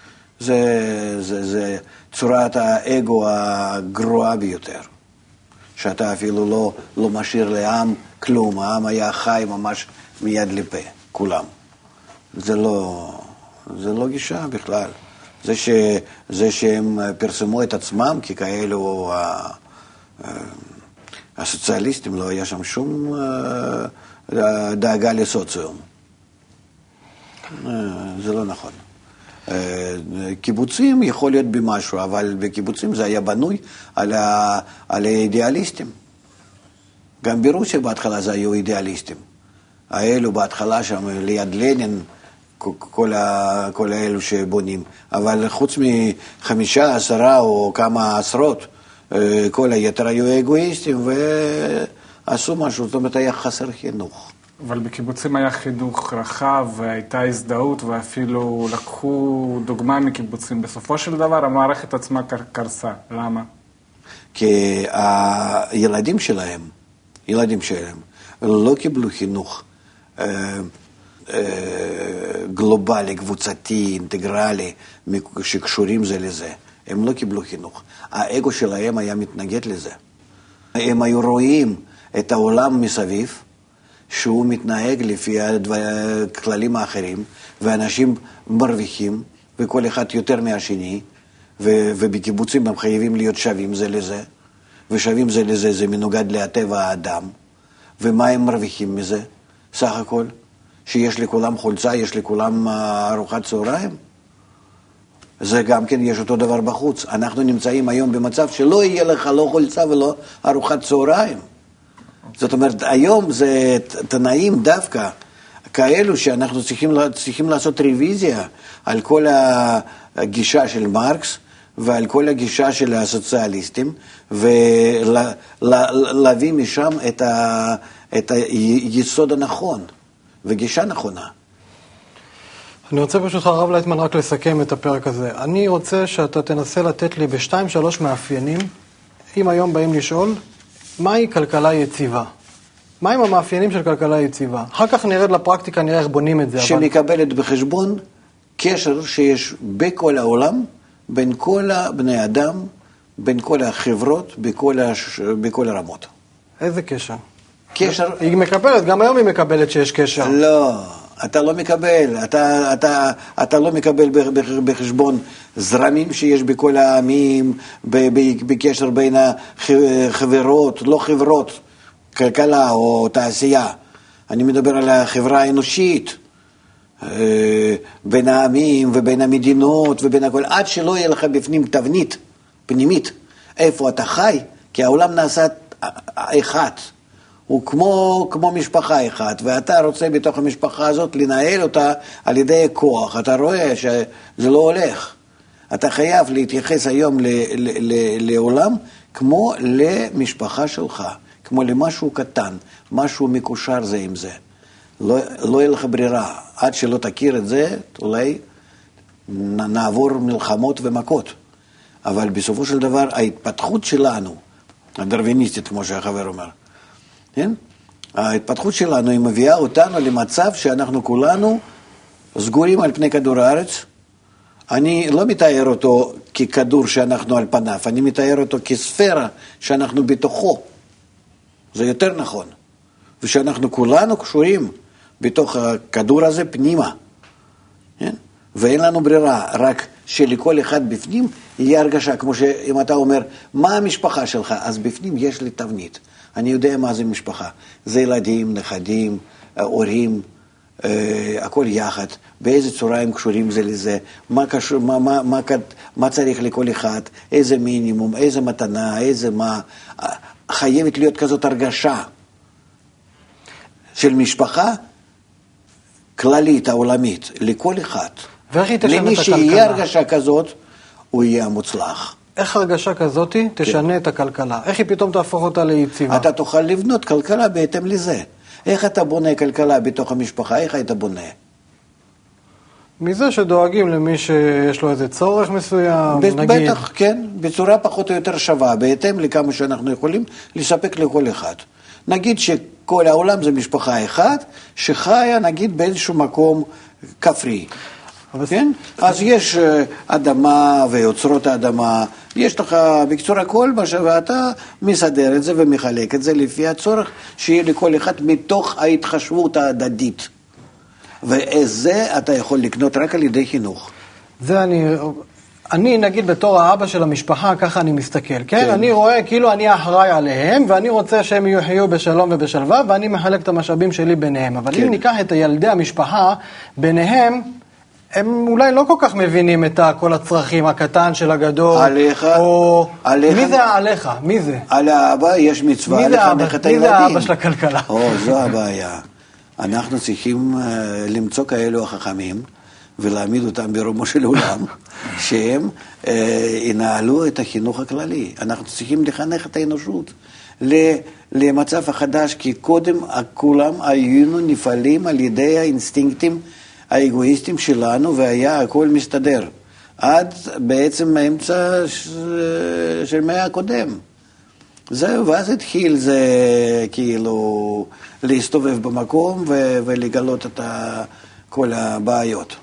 [SPEAKER 2] זה צורת האגו הגרועה ביותר, שאתה אפילו לא משאיר לעם כלום, העם היה חי ממש מיד לפה, כולם. זה לא גישה בכלל. זה שהם פרסמו את עצמם ככאלו הסוציאליסטים, לא היה שם שום דאגה לסוציום. זה לא נכון. קיבוצים יכול להיות במשהו, אבל בקיבוצים זה היה בנוי על האידיאליסטים. גם ברוסיה בהתחלה זה היו אידיאליסטים. האלו בהתחלה שם ליד לנין, כל האלו שבונים. אבל חוץ מ5, 10 או כמה עשרות, כל היתר היו אגואיסטים ועשו משהו, זאת אומרת היה חסר חינוך.
[SPEAKER 3] אבל בקיבוצים היה חינוך רחב, והייתה הזדהות, ואפילו לקחו דוגמה מקיבוצים. בסופו של דבר, המערכת עצמה קרסה. למה?
[SPEAKER 2] כי הילדים שלהם לא קיבלו חינוך גלובלי, קבוצתי, אינטגרלי, שקשורים זה לזה. הם לא קיבלו חינוך. האגו שלהם היה מתנגד לזה. הם היו רואים את העולם מסביב, שהוא מתנהג לפי הכללים האחרים, ואנשים מרוויחים, וכל אחד יותר מהשני, ובקיבוצים הם חייבים להיות שווים זה לזה, ושווים זה לזה, זה מנוגד לטבע האדם, ומה הם מרוויחים מזה, סך הכל? שיש לכולם חולצה, יש לכולם ארוחת צהריים? זה גם כן, יש אותו דבר בחוץ. אנחנו נמצאים היום במצב שלא יהיה לך לא חולצה ולא ארוחת צהריים. זאת אומרת, היום זה תנאים דווקא כאלו שאנחנו צריכים לעשות רוויזיה על כל הגישה של מרקס ועל כל הגישה של הסוציאליסטים, ולהביא משם את היסוד הנכון וגישה נכונה.
[SPEAKER 1] אני רוצה פשוט הרב לייטמן רק לסכם את הפרק הזה. אני רוצה שאתה תנסה לתת לי ב2-3 מאפיינים, אם היום באים לשאול, מהי כלכלה יציבה? מהם המאפיינים של כלכלה יציבה? אחר כך נרד לפרקטיקה, נראה איך בונים את זה.
[SPEAKER 2] שמקבלת בחשבון קשר שיש בכל העולם, בין כל בני אדם, בין כל החברות, בכל הרמות.
[SPEAKER 1] איזה קשר?
[SPEAKER 2] קשר...
[SPEAKER 1] היא מקבלת, גם היום היא מקבלת שיש קשר.
[SPEAKER 2] לא, אתה לא מקבל. אתה לא מקבל בחשבון זרמים שיש בכל העמים, בקשר בין החברות, לא חברות, כלכלה או תעשייה. אני מדבר על החברה האנושית, בין העמים ובין המדינות ובין הכל, עד שלא יהיה לך בפנים תבנית פנימית, איפה אתה חי, כי העולם נעשה אחד. הוא כמו משפחה אחת, ואתה רוצה בתוך המשפחה הזאת לנהל אותה על ידי כוח. אתה רואה שזה לא הולך. אתה חייב להתייחס היום לעולם כמו למשפחה שלך, כמו למשהו קטן, משהו מקושר זה עם זה. לא יהיה לך ברירה, עד שלא תכיר את זה, אולי נעבור מלחמות ומכות. אבל בסופו של דבר, ההתפתחות שלנו, הדרוויניסטית, כמו שהחבר אומר, כן? ההתפתחות שלנו היא מביאה אותנו למצב שאנחנו כולנו סגורים על פני כדור הארץ. אני לא מתאר אותו ככדור שאנחנו על פניו, אני מתאר אותו כספירה שאנחנו בתוכו. זה יותר נכון. ושאנחנו כולנו קשורים בתוך הכדור הזה פנימה. כן? ואין לנו ברירה, רק שלכל אחד בפנים יהיה הרגשה, כמו שאם אתה אומר, מה המשפחה שלך? אז בפנים יש לי תבנית. אני יודע מה זה משפחה. זה ילדים, נכדים, הורים, הכל יחד. באיזה צורה הם קשורים זה לזה, מה צריך לכל אחד, איזה מינימום, איזה מתנה, איזה מה. חייבת להיות כזאת הרגשה של משפחה כללית, העולמית, לכל אחד. למי שיהיה הרגשה כזאת, הוא יהיה מוצלח.
[SPEAKER 1] איך הרגשה כזאת תשנה את הכלכלה? איך היא פתאום תהפוך אותה ליציבה?
[SPEAKER 2] אתה תוכל לבנות כלכלה בהתאם לזה. איך אתה בונה כלכלה בתוך המשפחה? איך אתה בונה?
[SPEAKER 1] מזה שדואגים למי שיש לו איזה צורך מסוים, נגיד.
[SPEAKER 2] בטח, כן. בצורה פחות או יותר שווה, בהתאם לכמה שאנחנו יכולים לספק לכל אחד. נגיד שכל העולם זה משפחה אחת, שחיה נגיד באיזשהו מקום כפרי. כן? אז יש אדמה ויוצרות האדמה, יש לך בקצור הכל, ואתה מסדר את זה ומחלק את זה לפי הצורך שיהיה לכל אחד מתוך ההתחשבות ההדדית. וזה אתה יכול לקנות רק על ידי חינוך.
[SPEAKER 1] זה אני נגיד בתור האבא של המשפחה, ככה אני מסתכל, כן? אני רואה כאילו אני אחראי עליהם, ואני רוצה שהם יחיו בשלום ובשלווה, ואני מחלק את המשאבים שלי ביניהם. אבל אם ניקח את ילדי המשפחה, ביניהם, הם אולי לא כל כך מבינים את כל הצרכים, הקטן של הגדול.
[SPEAKER 2] עליך,
[SPEAKER 1] או...
[SPEAKER 2] עליך.
[SPEAKER 1] מי זה עליך? מי זה?
[SPEAKER 2] על האבא יש מצווה לחנך את הילדים.
[SPEAKER 1] מי זה האבא של הכלכלה?
[SPEAKER 2] זו הבעיה. אנחנו צריכים למצוא כאלו החכמים, ולהעמיד אותם ברומו של עולם, שהם ינהלו את החינוך הכללי. אנחנו צריכים לחנך את האנושות למצב החדש, כי קודם כולם היינו נפעלים על ידי האינסטינקטים האגואיסטים שלנו, והיה הכל מסתדר. עד בעצם האמצע של מאה הקודם. זהו, ואז התחיל זה כאילו להסתובב במקום ולגלות את כל הבעיות.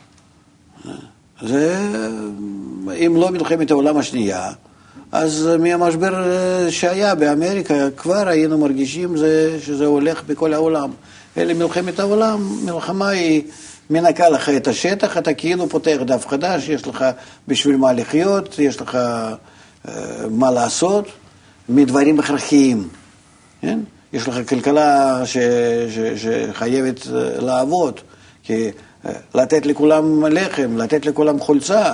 [SPEAKER 2] זה, אם לא מלחמת העולם השנייה, אז מהמשבר שהיה באמריקה כבר היינו מרגישים שזה הולך בכל העולם. אלה מלחמת העולם, מלחמה היא מנקה לך את השטח, אתה כאילו פותח דף חדש, יש לך בשביל מה לחיות, יש לך מה לעשות, מדברים הכרחיים. כן? יש לך כלכלה שחייבת לעבוד, כי לתת לכולם לחם, לתת לכולם חולצה,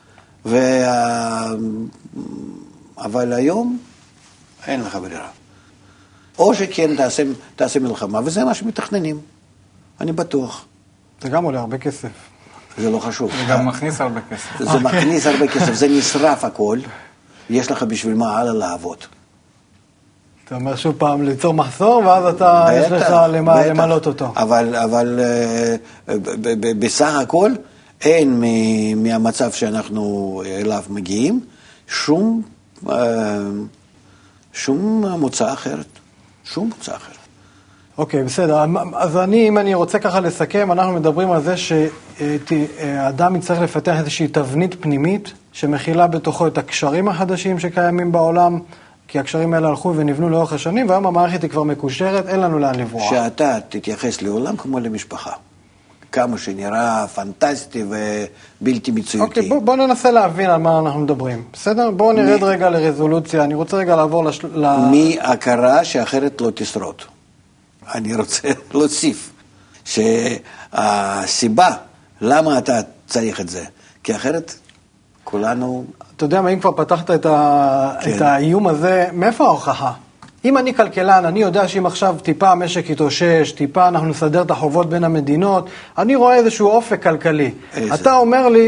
[SPEAKER 2] אבל היום אין לך ברירה. או שכן תעשה מלחמה, וזה מה שמתכננים, אני בטוח.
[SPEAKER 1] זה גם עולה הרבה כסף.
[SPEAKER 2] זה לא חשוב.
[SPEAKER 3] זה גם מכניס הרבה כסף.
[SPEAKER 2] זה מכניס הרבה כסף, זה נשרף הכל, יש לך בשביל מה הלאה לעבוד.
[SPEAKER 1] אתה אומר שוב פעם ליצור מחסור, ואז אתה יש לך למלות אותו.
[SPEAKER 2] אבל בסך הכל אין מהמצב שאנחנו אליו מגיעים שום מוצא אחרת. שום מוצא אחרת.
[SPEAKER 1] אוקיי, בסדר. אז אם אני רוצה ככה לסכם, אנחנו מדברים על זה שהאדם יצטרך לפתח איזושהי תבנית פנימית, שמכילה בתוכו את הקשרים החדשים שקיימים בעולם, כי הקשרים האלה הלכו ונבנו לאורך השנים, והיום המערכת היא כבר מקושרת, אין לנו לאן לברוח.
[SPEAKER 2] שאתה תתייחס לעולם כמו למשפחה. כמה שנראה פנטסטי ובלתי מציאותי.
[SPEAKER 1] אוקיי, בוא ננסה להבין על מה אנחנו מדברים. בסדר? בואו נרד רגע לרזולוציה. אני רוצה רגע לעבור
[SPEAKER 2] מהכרה שאחרת לא תשרוד. אני רוצה להוסיף שהסיבה למה אתה צריך את זה, כי אחרת כולנו...
[SPEAKER 1] אתה יודע מה, אם כבר פתחת את האיום הזה, מאיפה ההוכחה? אם אני כלכלן, אני יודע שאם עכשיו טיפה המשק יתאושש, טיפה אנחנו נסדר את החובות בין המדינות, אני רואה איזשהו אופק כלכלי. אתה אומר לי,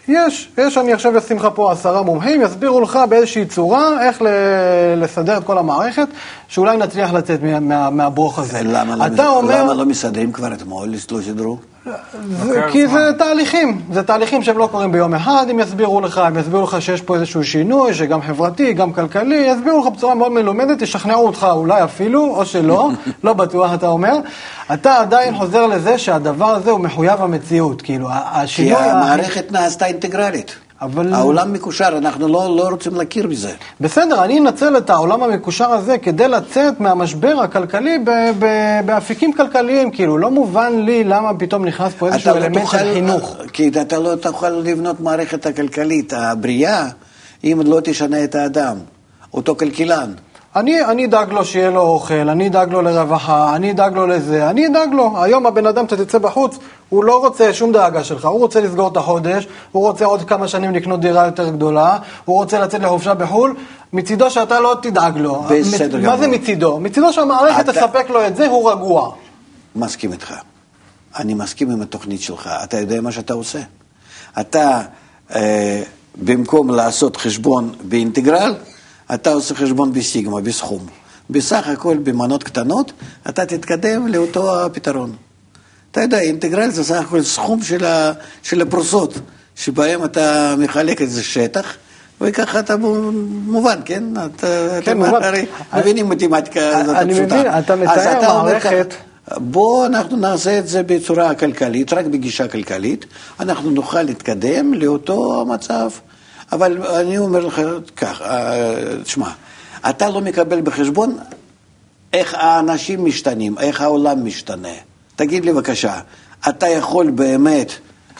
[SPEAKER 1] אני עכשיו אשים לך פה 10 מומחים, יסבירו לך באיזושהי צורה איך לסדר את כל המערכת, שאולי נצליח לצאת מהברוך הזה.
[SPEAKER 2] למה לא מסדרים כבר אתמול, לא סדרו?
[SPEAKER 1] כי זה תהליכים שהם לא קורים ביום אחד, הם יסבירו לך שיש פה איזשהו שינוי, שגם חברתי, גם כלכלי, יסבירו לך בצורה מאוד מלומדת, ישכנעו אותך אולי אפילו, או שלא, לא בטוח אתה אומר, אתה עדיין חוזר לזה שהדבר הזה הוא מחויב המציאות, כאילו, השינוי...
[SPEAKER 2] כי המערכת נעשתה אינטגרלית. העולם מקושר, אנחנו לא רוצים להכיר בזה.
[SPEAKER 1] בסדר, אני אנצל את העולם המקושר הזה כדי לצאת מהמשבר הכלכלי באפיקים כלכליים, כאילו, לא מובן לי למה פתאום נכנס פה איזשהו אלמנט של חינוך.
[SPEAKER 2] כי אתה לא תוכל לבנות מערכת הכלכלית, הבריאה, אם לא תשנה את האדם, אותו כלכלן.
[SPEAKER 1] אני אדאג לו שיהיה לו אוכל, אני אדאג לו לרווחה, אני אדאג לו לזה, אני אדאג לו. היום הבן אדם שתצא בחוץ, הוא לא רוצה שום דאגה שלך, הוא רוצה לסגור את החודש, הוא רוצה עוד כמה שנים לקנות דירה יותר גדולה, הוא רוצה לצאת לחופשה בחול, מצידו שאתה לא תדאג לו. מה זה מצידו? מצידו שהמערכת תספק לו את זה, הוא רגוע.
[SPEAKER 2] מסכים איתך. אני מסכים עם התוכנית שלך. אתה יודע מה שאתה עושה. אתה, במקום לעשות חשבון באינטגרל, אתה עושה חשבון בסיגמה, בסכום. בסך הכל במנות קטנות, אתה תתקדם לאותו הפתרון. אתה יודע, אינטגרל זה סך הכל סכום של הפרוסות, שבהם אתה מחלק איזה שטח, וככה אתה מובן, כן?
[SPEAKER 1] כן, מובן.
[SPEAKER 2] הרי מבינים מתמטיקה, זאת
[SPEAKER 1] אני
[SPEAKER 2] הפשוטה.
[SPEAKER 1] מבין, אתה מתאר מערכת...
[SPEAKER 2] בוא אנחנו נעשה את זה בצורה כלכלית, רק בגישה כלכלית, אנחנו נוכל להתקדם לאותו המצב. אבל אני אומר לך כך, תשמע, אתה לא מקבל בחשבון איך האנשים משתנים, איך העולם משתנה. תגיד לי בבקשה, אתה יכול באמת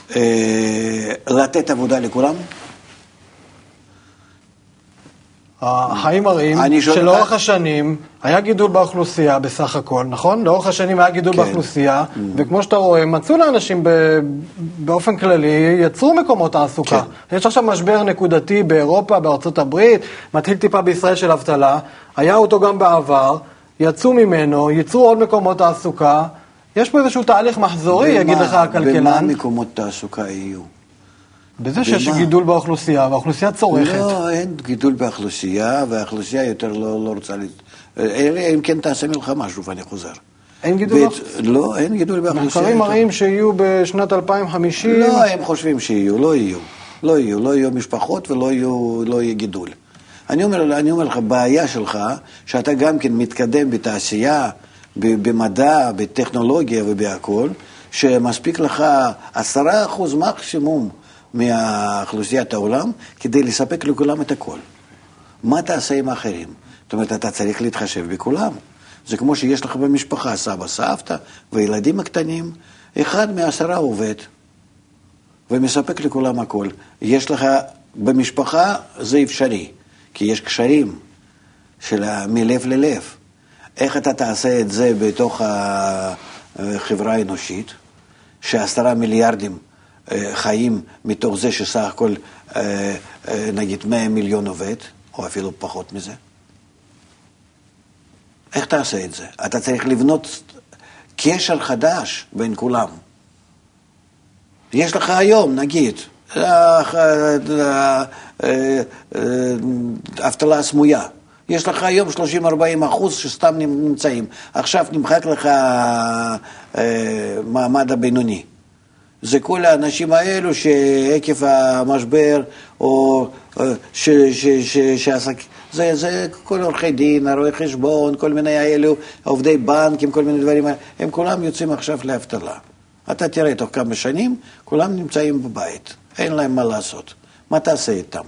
[SPEAKER 2] לתת עבודה לכולם?
[SPEAKER 1] החיים מראים שלאורך השנים היה גידול באוכלוסייה בסך הכל, נכון? לאורך השנים היה גידול באוכלוסייה, וכמו שאתה רואה, מצאו לאנשים באופן כללי, יצרו מקומות תעסוקה. יש עכשיו משבר נקודתי באירופה, בארצות הברית, מתחיל טיפה בישראל של אבטלה, היה אותו גם בעבר, יצאו ממנו, יצרו עוד מקומות תעסוקה, יש פה איזשהו תהליך מחזורי, יגיד לך הכלכלן.
[SPEAKER 2] במה מקומות תעסוקה יהיו?
[SPEAKER 1] בזה שיש גידול באוכלוסייה, והאוכלוסייה צורכת.
[SPEAKER 2] לא, אין גידול באוכלוסייה, והאוכלוסייה יותר לא רוצה... אם כן תעשה מלחמה, שוב אני חוזר.
[SPEAKER 1] אין גידול באוכלוסייה?
[SPEAKER 2] לא, אין גידול באוכלוסייה.
[SPEAKER 1] מחקרים מראים שיהיו בשנת 2050...
[SPEAKER 2] לא, הם חושבים שיהיו, לא יהיו. לא יהיו משפחות ולא יהיה גידול. אני אומר לך, בעיה שלך, שאתה גם כן מתקדם בתעשייה, במדע, בטכנולוגיה ובהכל, שמספיק לך 10% מקסימום מהאוכלוסיית העולם, כדי לספק לכולם את הכל. מה תעשה עם האחרים? זאת אומרת, אתה צריך להתחשב בכולם. זה כמו שיש לך במשפחה, סבא, סבתא, וילדים הקטנים, 1 מ10 עובד, ומספק לכולם הכל. יש לך במשפחה, זה אפשרי, כי יש קשרים מלב ללב. איך אתה תעשה את זה בתוך החברה האנושית, ש10 מיליארדים חיים מתוך זה שסך הכל נגיד 100 מיליון עובד, או אפילו פחות מזה. איך תעשה את זה? אתה צריך לבנות קשר חדש בין כולם. יש לך היום, נגיד, אבטלה סמויה. יש לך היום 30-40% שסתם נמצאים. עכשיו נמחק לך מעמד הבינוני. זה כל האנשים האלו שעקב המשבר, או שעסק, זה כל עורכי דין, רואי חשבון, כל מיני האלו, עובדי בנקים, כל מיני דברים, הם כולם יוצאים עכשיו לאבטלה. אתה תראה, תוך כמה שנים, כולם נמצאים בבית, אין להם מה לעשות. מה תעשה איתם?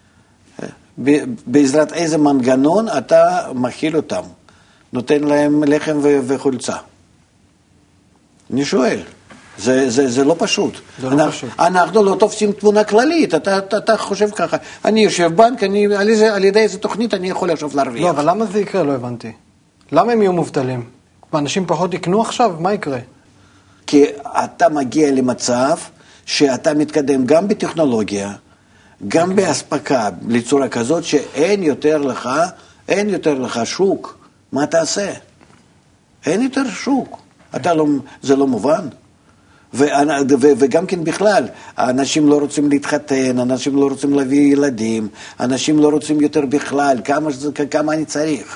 [SPEAKER 2] בעזרת איזה מנגנון אתה מכיל אותם, נותן להם לחם וחולצה. אני שואל. זה לא פשוט. אנחנו לא תופסים תמונה כללית, אתה חושב ככה. אני יושב בנק, על ידי איזו תוכנית אני יכול עכשיו להרוויח.
[SPEAKER 1] לא, אבל למה זה יקרה? לא הבנתי. למה הם יהיו מובטלים? אנשים פחות יקנו עכשיו? מה יקרה?
[SPEAKER 2] כי אתה מגיע למצב שאתה מתקדם גם בטכנולוגיה, גם בהספקה, לצורה כזאת שאין יותר לך שוק. מה תעשה? אין יותר שוק. זה לא מובן. וגם כן בכלל, אנשים לא רוצים להתחתן, אנשים לא רוצים להביא ילדים, אנשים לא רוצים יותר בכלל, כמה אני צריך.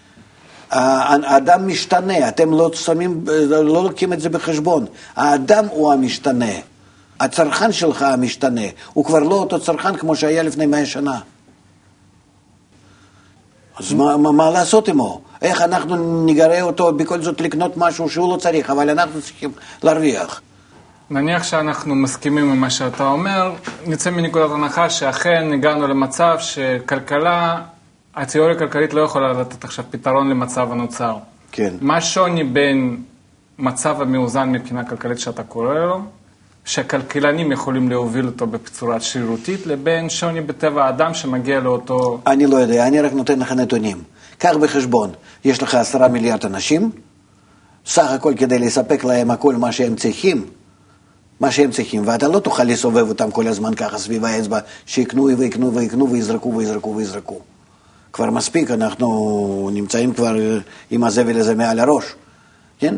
[SPEAKER 2] האדם משתנה, אתם לא לוקחים את זה בחשבון. האדם הוא המשתנה. הצרכן שלך המשתנה. הוא כבר לא אותו צרכן כמו שהיה לפני 100 שנה. אז מה לעשות עמו? איך אנחנו נגרה אותו בכל זאת לקנות משהו שהוא לא צריך, אבל אנחנו צריכים להרוויח.
[SPEAKER 3] נניח שאנחנו מסכימים עם מה שאתה אומר, נצא מנקודת הנחה שאכן הגענו למצב שכלכלה, התיאוריה הכלכלית לא יכולה לתת עכשיו פתרון למצב הנוצר.
[SPEAKER 2] כן.
[SPEAKER 3] מה שוני בין מצב המאוזן מבחינה כלכלית שאתה קורא לו, שהכלכלנים יכולים להוביל אותו בצורה שרירותית, לבין שוני בטבע האדם שמגיע לאותו...
[SPEAKER 2] אני לא יודע, אני רק נותן לך נתונים. קח בחשבון, יש לך 10 מיליארד אנשים, סך הכל כדי לספק להם הכל מה שהם צריכים, ואתה לא תוכל לסובב אותם כל הזמן ככה סביב האצבע, שיקנו ויקנו ויקנו ויזרקו ויזרקו ויזרקו. כבר מספיק, אנחנו נמצאים כבר עם הזבל הזה מעל הראש, כן?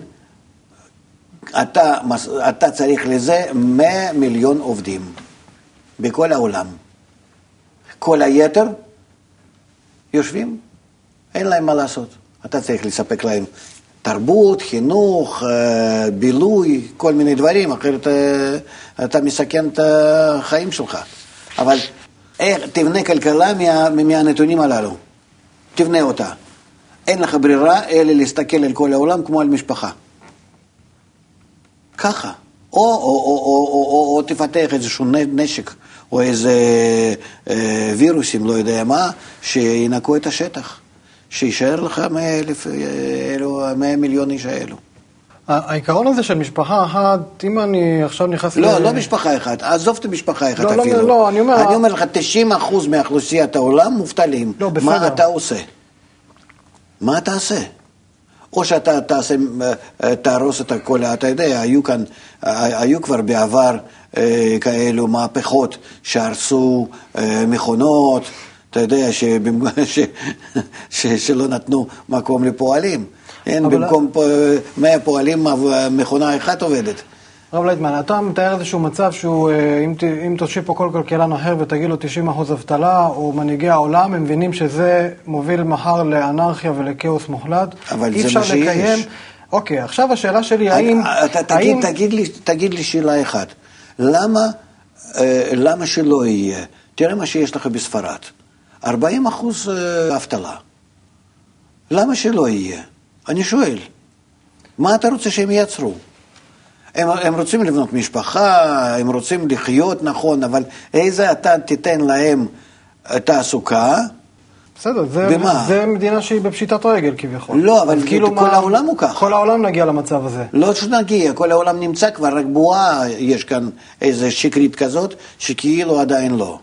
[SPEAKER 2] אתה צריך לזה 100 מיליון עובדים בכל העולם. כל היתר יושבים, אין להם מה לעשות. אתה צריך לספק להם תרבות, חינוך, בילוי, כל מיני דברים, אחרת אתה מסכן את החיים שלך. אבל תבנה כלכלה מהנתונים הללו. תבנה אותה. אין לך ברירה אלא להסתכל על כל העולם כמו על משפחה. ככה. או תפתח איזשהו נשק, או איזה וירוסים, לא יודע מה, שינקו את השטח. שישאר לך 100 מיליון איש האלו.
[SPEAKER 1] העיקרון הזה של משפחה אחת, אם אני עכשיו נכנס...
[SPEAKER 2] לא משפחה אחת, עזוב את המשפחה אחת אפילו.
[SPEAKER 1] לא, אני
[SPEAKER 2] אומר לך, 90% מאוכלוסיית העולם מובטלים.
[SPEAKER 1] לא, בסדר.
[SPEAKER 2] מה אתה עושה? מה אתה עושה? או שאתה תהרוס את הכל, אתה יודע, היו כבר בעבר כאלו מהפכות שהרסו מכונות, אתה יודע, שלא נתנו מקום לפועלים. במקום 100 פועלים, מכונה אחת עובדת.
[SPEAKER 1] רב לייטמן, אתה מתאר איזשהו מצב שהוא, אם תושיב פה כל כלכלן אחר ותגיד לו 90% אבטלה, או מנהיגי העולם, הם מבינים שזה מוביל מחר לאנרכיה ולכאוס מוחלט.
[SPEAKER 2] אבל זה מה שיש.
[SPEAKER 1] אוקיי, עכשיו השאלה שלי, האם...
[SPEAKER 2] תגיד לי שאלה אחת. למה שלא יהיה? תראה מה שיש לך בספרד. 40% אבטלה. למה שלא יהיה? אני שואל. מה אתה רוצה שהם ייצרו? הם רוצים לבנות משפחה, הם רוצים לחיות נכון, אבל איזה אתה תיתן להם תעסוקה?
[SPEAKER 1] בסדר, זה מדינה שהיא בפשיטת רגל כביכול.
[SPEAKER 2] לא, אבל כאילו כל העולם הוא ככה.
[SPEAKER 1] כל העולם נגיע למצב הזה.
[SPEAKER 2] לא שנגיע, כל העולם נמצא כבר, רק בועה יש כאן איזו שקרית כזאת, שכאילו עדיין לא.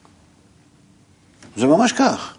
[SPEAKER 2] זה ממש כך.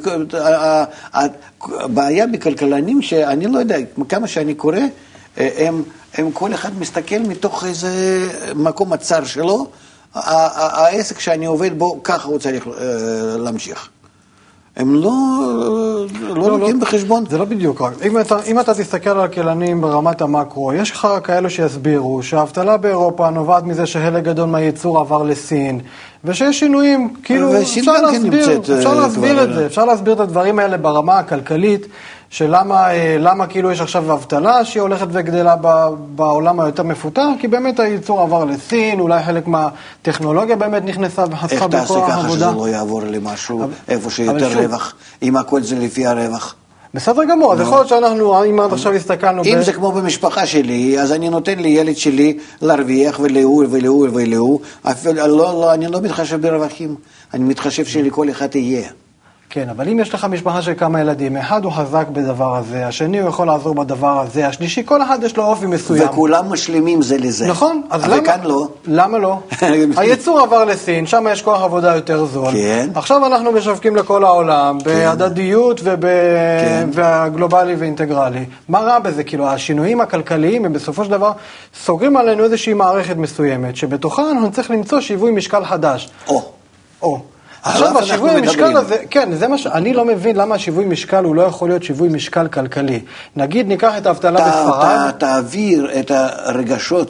[SPEAKER 2] הבעיה בכלכלנים שאני לא יודע, כמה שאני קורא, הם כל אחד מסתכל מתוך איזה מקום הצר שלו, העסק שאני עובד בו, ככה הוא צריך להמשיך. הם לא לוקחים בחשבון.
[SPEAKER 1] זה לא בדיוק רק. אם אתה תסתכל על הכלכלנים ברמת המקרו, יש לך כאלו שיסבירו שהאבטלה באירופה נובעת מזה שהחלק גדול מהייצור עבר לסין, ושיש שינויים, כאילו אפשר להסביר את זה, אפשר להסביר את הדברים האלה ברמה הכלכלית, שלמה כאילו יש עכשיו אבטלה שהיא הולכת וגדלה בעולם היותר מפותח, כי באמת הייצור עבר לסין, אולי חלק מהטכנולוגיה באמת נכנסה וחסכה בכוח העבודה.
[SPEAKER 2] איך תעשה ככה שזה לא יעבור למשהו, איפה שיותר רווח, אם הכל זה לפי הרווח? בסדר
[SPEAKER 1] גמור, אז יכול להיות שאנחנו, אם עד עכשיו הסתכלנו...
[SPEAKER 2] אם זה כמו במשפחה שלי, אז אני נותן לילד שלי להרוויח ולהוא, לא, אני לא מתחשב ברווחים, אני מתחשב שלכל אחד יהיה.
[SPEAKER 1] כן, אבל אם יש לך משפחה של כמה ילדים, אחד הוא חזק בדבר הזה, השני הוא יכול לעזור בדבר הזה, השלישי, כל אחד יש לו אופי מסוים.
[SPEAKER 2] וכולם משלימים זה לזה.
[SPEAKER 1] נכון, אז למה?
[SPEAKER 2] וכאן לא.
[SPEAKER 1] למה לא? הייצור עבר לסין, שם יש כוח עבודה יותר זול.
[SPEAKER 2] כן.
[SPEAKER 1] עכשיו אנחנו משווקים לכל העולם, בהדדיות והגלובלי ואינטגרלי. מה רע בזה? כאילו, השינויים הכלכליים הם בסופו של דבר סוגרים עלינו איזושהי מערכת מסוימת, שבתוכה אנחנו צריך למצוא שיווי משקל חדש. עכשיו השיווי המשקל הזה, כן, זה מה אני לא מבין למה השיווי משקל הוא לא יכול להיות שיווי משקל כלכלי. נגיד ניקח את האבטלה בספרד.
[SPEAKER 2] תעביר את הרגשות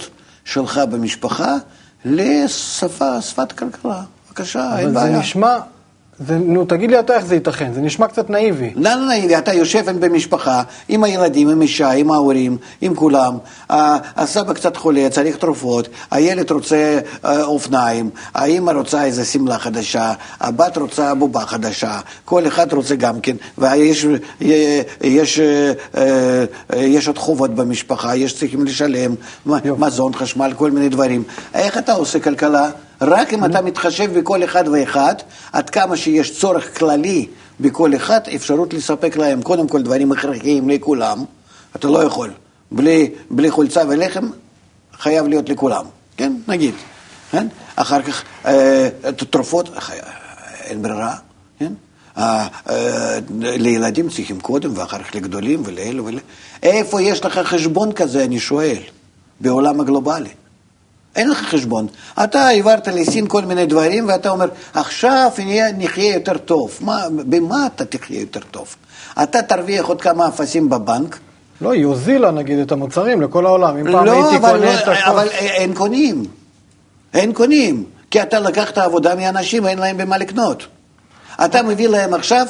[SPEAKER 2] שלך במשפחה לשפת כלכלה. בבקשה, אין בעיה.
[SPEAKER 1] אבל זה נשמע, נו, תגיד לי אתה איך זה ייתכן, זה נשמע קצת נאיבי.
[SPEAKER 2] לא נאיבי, אתה יושב במשפחה, עם הילדים, עם אישה, עם ההורים, עם כולם, הסבא קצת חולה, צריך תרופות, הילד רוצה אופניים, האמא רוצה איזו סמלה חדשה, הבת רוצה בובה חדשה, כל אחד רוצה גם כן, ויש עוד חובות במשפחה, יש צריכים לשלם, מזון, חשמל, כל מיני דברים. איך אתה עושה כלכלה? רק אם אתה מתחשב בכל אחד ואחד, עד כמה שיש צורך כללי בכל אחד, אפשרות לספק להם קודם כל דברים הכרחיים לכולם, אתה לא יכול. בלי חולצה ולחם חייב להיות לכולם, כן? נגיד. כן? אחר כך תרופות, אין ברירה, כן? לילדים צריכים קודם ואחר כך לגדולים ולאלו ולאלו. איפה יש לך חשבון כזה, אני שואל, בעולם הגלובלי? אין לך חשבון. אתה העברת לסין כל מיני דברים, ואתה אומר, עכשיו נחיה יותר טוב. במה אתה תחיה יותר טוב? אתה תרוויח עוד כמה אפסים בבנק.
[SPEAKER 1] לא, היא הוזילה נגיד את המוצרים לכל העולם. אם פעם
[SPEAKER 2] לא,
[SPEAKER 1] הייתי קונה את הכל.
[SPEAKER 2] אבל אין קונים. אין קונים. כי אתה לקחת עבודה מאנשים, אין להם במה לקנות. אתה מביא להם עכשיו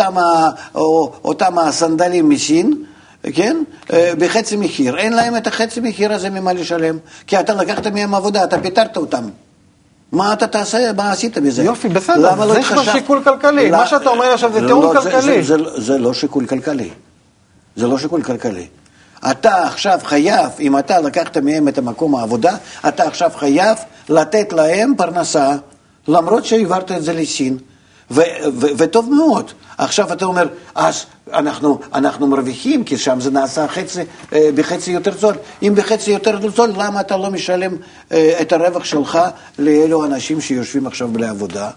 [SPEAKER 2] אותם הסנדלים מסין, כן? בחצי מחיר. אין להם את החצי מחיר הזה ממה לשלם. כי אתה לקחת מהם עבודה, אתה פיתרת אותם. מה אתה תעשה? מה עשית בזה?
[SPEAKER 1] יופי, בסדר. זה כבר שיקול כלכלי. מה שאתה אומר עכשיו זה תיאום כלכלי.
[SPEAKER 2] זה לא שיקול כלכלי. זה לא שיקול כלכלי. אתה עכשיו חייב, אם אתה לקחת מהם את המקום העבודה, אתה עכשיו חייב לתת להם פרנסה, למרות שהעברת את זה לסין. וטוב מאוד. עכשיו אתה אומר, אז אנחנו מרוויחים, כי שם זה נעשה בחצי יותר זול. אם בחצי יותר זול, למה אתה לא משלם את הרווח שלך לאלו אנשים שיושבים עכשיו בלי עבודה?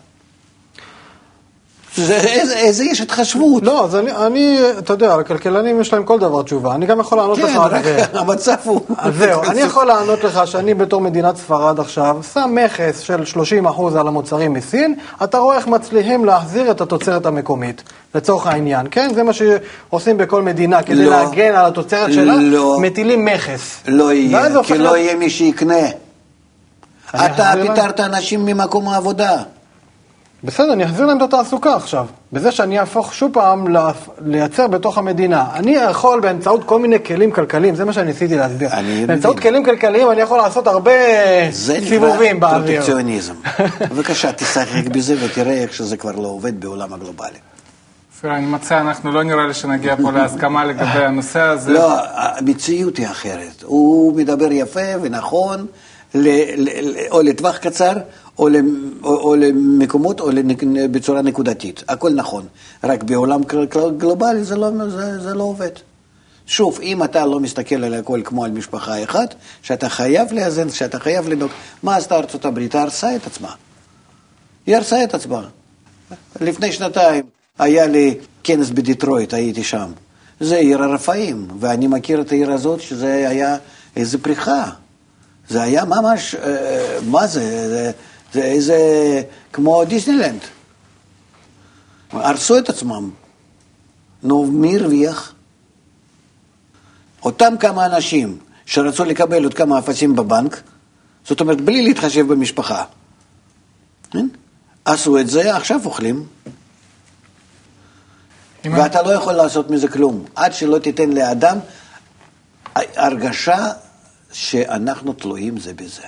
[SPEAKER 2] איזה יש התחשבות?
[SPEAKER 1] לא, אז אתה יודע, הכלכלנים יש להם כל דבר תשובה. אני גם יכול לענות לך על זה.
[SPEAKER 2] כן, רק המצב הוא...
[SPEAKER 1] אז זהו, אני יכול לענות לך שאני בתור מדינת ספרד עכשיו, שם מכס של 30% על המוצרים מסין, אתה רואה איך מצליחים להחזיר את התוצרת המקומית, לצורך העניין, כן? זה מה שעושים בכל מדינה, כדי להגן על התוצרת שלה, מטילים מכס.
[SPEAKER 2] לא יהיה, כי לא יהיה מי שיקנה. אתה פיתרת אנשים ממקום העבודה.
[SPEAKER 1] בסדר, אני אחזיר להם את התעסוקה עכשיו. בזה שאני אהפוך שוב פעם לייצר בתוך המדינה. אני יכול באמצעות כל מיני כלים כלכליים, זה מה שאני ניסיתי להסביר. באמצעות כלים כלכליים אני יכול לעשות הרבה סיבובים באוויר.
[SPEAKER 2] זה נקרא פרוטקציוניזם. בבקשה, תשחק בזה ותראה איך שזה כבר לא עובד בעולם הגלובלי.
[SPEAKER 3] אני מציע, אנחנו לא נראה לי שנגיע פה להסכמה לגבי הנושא הזה.
[SPEAKER 2] לא, המציאות היא אחרת. הוא מדבר יפה ונכון, או לטווח קצר, או למקומות, או בצורה נקודתית. הכל נכון. רק בעולם גלובלי זה לא עובד. שוב, אם אתה לא מסתכל על הכל כמו על משפחה אחת, שאתה חייב לאזן, שאתה חייב לדאוג. מה עשתה ארצות הברית? הרסה את עצמה. היא הרסה את עצמה. לפני שנתיים היה לי כנס בדיטרויט, הייתי שם. זה עיר הרפאים, ואני מכיר את העיר הזאת שזה היה איזו פריחה. זה היה ממש, מה זה? זה איזה, כמו דיסנילנד. הרסו את עצמם. נו, מי הרוויח? אותם כמה אנשים שרצו לקבל עוד כמה אפסים בבנק, זאת אומרת, בלי להתחשב במשפחה. עשו את זה, עכשיו אוכלים. ואתה לא יכול לעשות מזה כלום. עד שלא תיתן לאדם הרגשה שאנחנו תלויים זה בזה.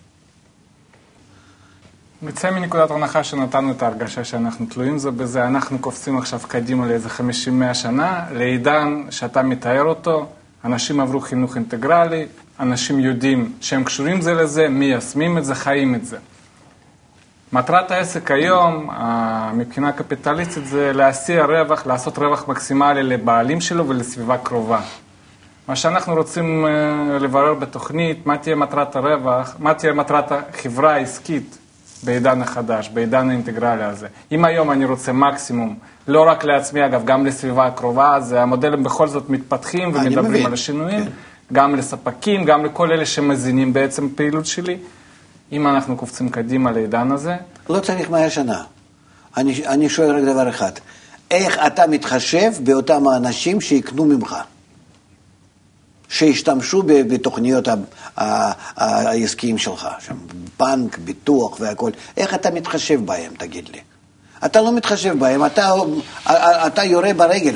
[SPEAKER 3] מצא מנקודת הנחה שנתנו את ההרגשה שאנחנו תלויים זה בזה, אנחנו קופצים עכשיו קדימה לאיזה 50-100 שנה, לעידן שאתה מתאר אותו, אנשים עברו חינוך אינטגרלי, אנשים יודעים שהם קשורים זה לזה, מיישמים את זה, חיים את זה. מטרת העסק היום, מבחינה קפיטליסטית, זה להשיג רווח, לעשות רווח מקסימלי לבעלים שלו ולסביבה קרובה. מה שאנחנו רוצים לברר בתוכנית, מה תהיה מטרת הרווח, מה תהיה מטרת החברה העסקית בעידן החדש, בעידן האינטגרלי הזה. אם היום אני רוצה מקסימום, לא רק לעצמי, אגב, גם לסביבה הקרובה, אז המודלים בכל זאת מתפתחים ומדברים על השינויים, גם לספקים, גם לכל אלה שמזינים בעצם פעילות שלי. אם אנחנו קופצים קדימה לעידן הזה...
[SPEAKER 2] לא צריך 100 שנה. אני שואל רק דבר אחד. איך אתה מתחשב באותם האנשים שיקנו ממך? שהשתמשו בתוכניות העסקיים שלך, שם בנק, ביטוח והכל. איך אתה מתחשב בהם, תגיד לי? אתה לא מתחשב בהם, אתה יורה ברגל.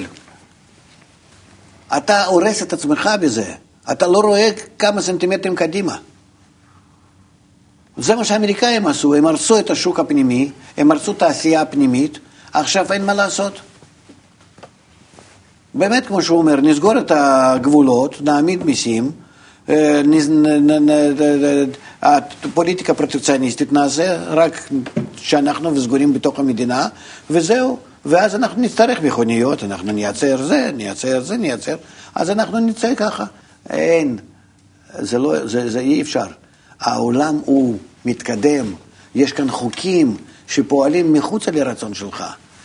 [SPEAKER 2] אתה הורס את עצמך בזה. אתה לא רואה כמה סנטימטרים קדימה. זה מה שהאמריקאים עשו, הם הרסו את השוק הפנימי, הם הרסו את העשייה הפנימית, עכשיו אין מה לעשות. באמת, כמו שהוא אומר, נסגור את הגבולות, נעמיד מיסים, הפוליטיקה פרוטקציוניסטית נעשה רק שאנחנו וסגורים בתוך המדינה, וזהו. ואז אנחנו נצטרך מכוניות, אנחנו נייצר זה, אז אנחנו נצא ככה. אין, זה אי אפשר. העולם הוא מתקדם, יש כאן חוקים שפועלים מחוץ לרצון שלך.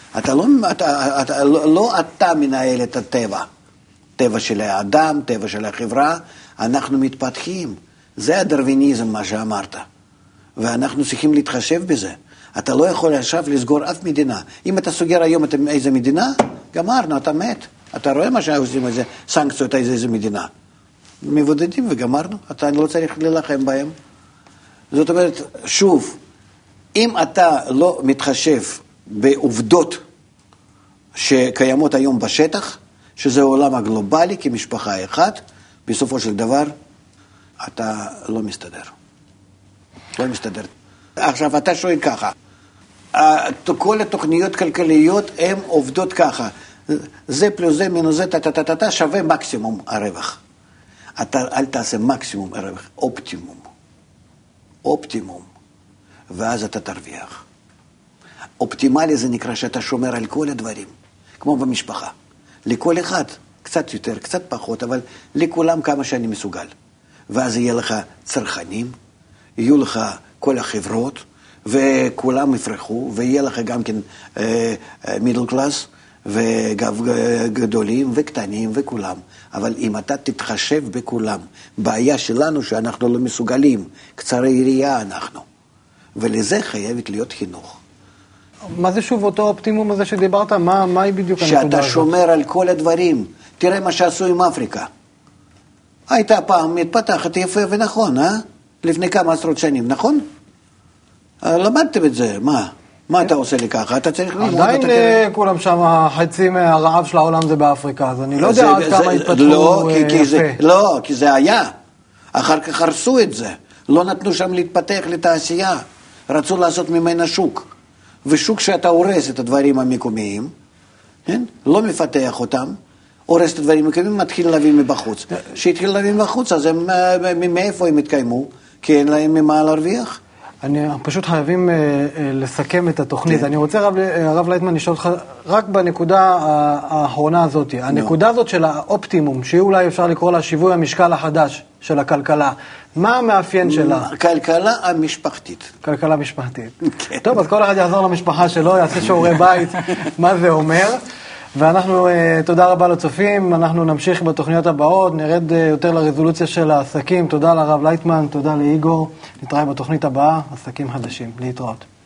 [SPEAKER 2] לא אתה מנהל את הטבע, טבע של האדם, טבע של החברה, אנחנו מתפתחים. זה הדרוויניזם מה שאמרת, ואנחנו צריכים להתחשב בזה. אתה לא יכול עכשיו לסגור אף מדינה. אם אתה סוגר היום את איזה מדינה, גמרנו, אתה מת. אתה רואה מה שעושים איזה סנקציות איזה מדינה. מבודדים וגמרנו, אתה לא צריך ללחם בהם. זאת אומרת, שוב, אם אתה לא מתחשב בעובדות שקיימות היום בשטח, שזה העולם הגלובלי כמשפחה אחת, בסופו של דבר, אתה לא מסתדר. לא מסתדר. עכשיו, אתה שואל ככה, כל התוכניות כלכליות הן עובדות ככה, זה פלוס זה מינוס זה, שווה מקסימום הרווח. אתה אל תעשה מקסימום הרווח, אופטימום, ואז אתה תרוויח. אופטימלי זה נקרא שאתה שומר על כל הדברים, כמו במשפחה. לכל אחד, קצת יותר, קצת פחות, אבל לכולם כמה שאני מסוגל. ואז יהיה לך צרכנים, יהיו לך כל החברות, וכולם יפרחו, ויהיה לך גם כן מידל קלאס, וגדולים וקטנים וכולם. אבל אם אתה תתחשב בכולם, בעיה שלנו שאנחנו לא מסוגלים, קצרי יריעה אנחנו. ולזה חייבת להיות חינוך.
[SPEAKER 1] מה זה שוב אותו אופטימום הזה שדיברת? מה היא בדיוק הנקודה הזאת?
[SPEAKER 2] שאתה שומר על כל הדברים. תראה מה שעשו עם אפריקה. הייתה פעם מתפתחת יפה ונכון, לפני כמה עשרות שנים, נכון? למדתם את זה, מה אתה עושה לי ככה? אתה צריך ללמוד.
[SPEAKER 1] עדיין כולם שם, חצי מהרעב של העולם זה באפריקה, אז אני לא יודע עד כמה התפתחו יפה.
[SPEAKER 2] לא, כי זה היה. אחר כך הרסו את זה. לא נתנו שם להתפתח לתעשייה. רצו לעשות ממנה שוק. ושוק שאתה הורס את הדברים המקומיים, לא מפתח אותם, הורס את הדברים המקומיים, מתחיל להביא מבחוץ. כשהתחיל להביא מבחוץ, אז מאיפה הם התקיימו? כי אין להם ממה להרוויח.
[SPEAKER 1] אני פשוט חייבים לסכם את התוכנית. אני רוצה, הרב לייטמן, לשאול אותך רק בנקודה האחרונה הזאת. הנקודה הזאת של האופטימום, שאולי אפשר לקרוא לה שיווי המשקל החדש של הכלכלה. מה המאפיין שלה?
[SPEAKER 2] כלכלה המשפחתית.
[SPEAKER 1] כלכלה משפחתית. טוב, אז כל אחד יעזור למשפחה שלו, יעשה שיעורי בית, מה זה אומר. ואנחנו, תודה רבה לצופים, אנחנו נמשיך בתוכניות הבאות, נרד יותר לרזולוציה של העסקים. תודה לרב לייטמן, תודה לאיגור, נתראה בתוכנית הבאה, עסקים חדשים, להתראות.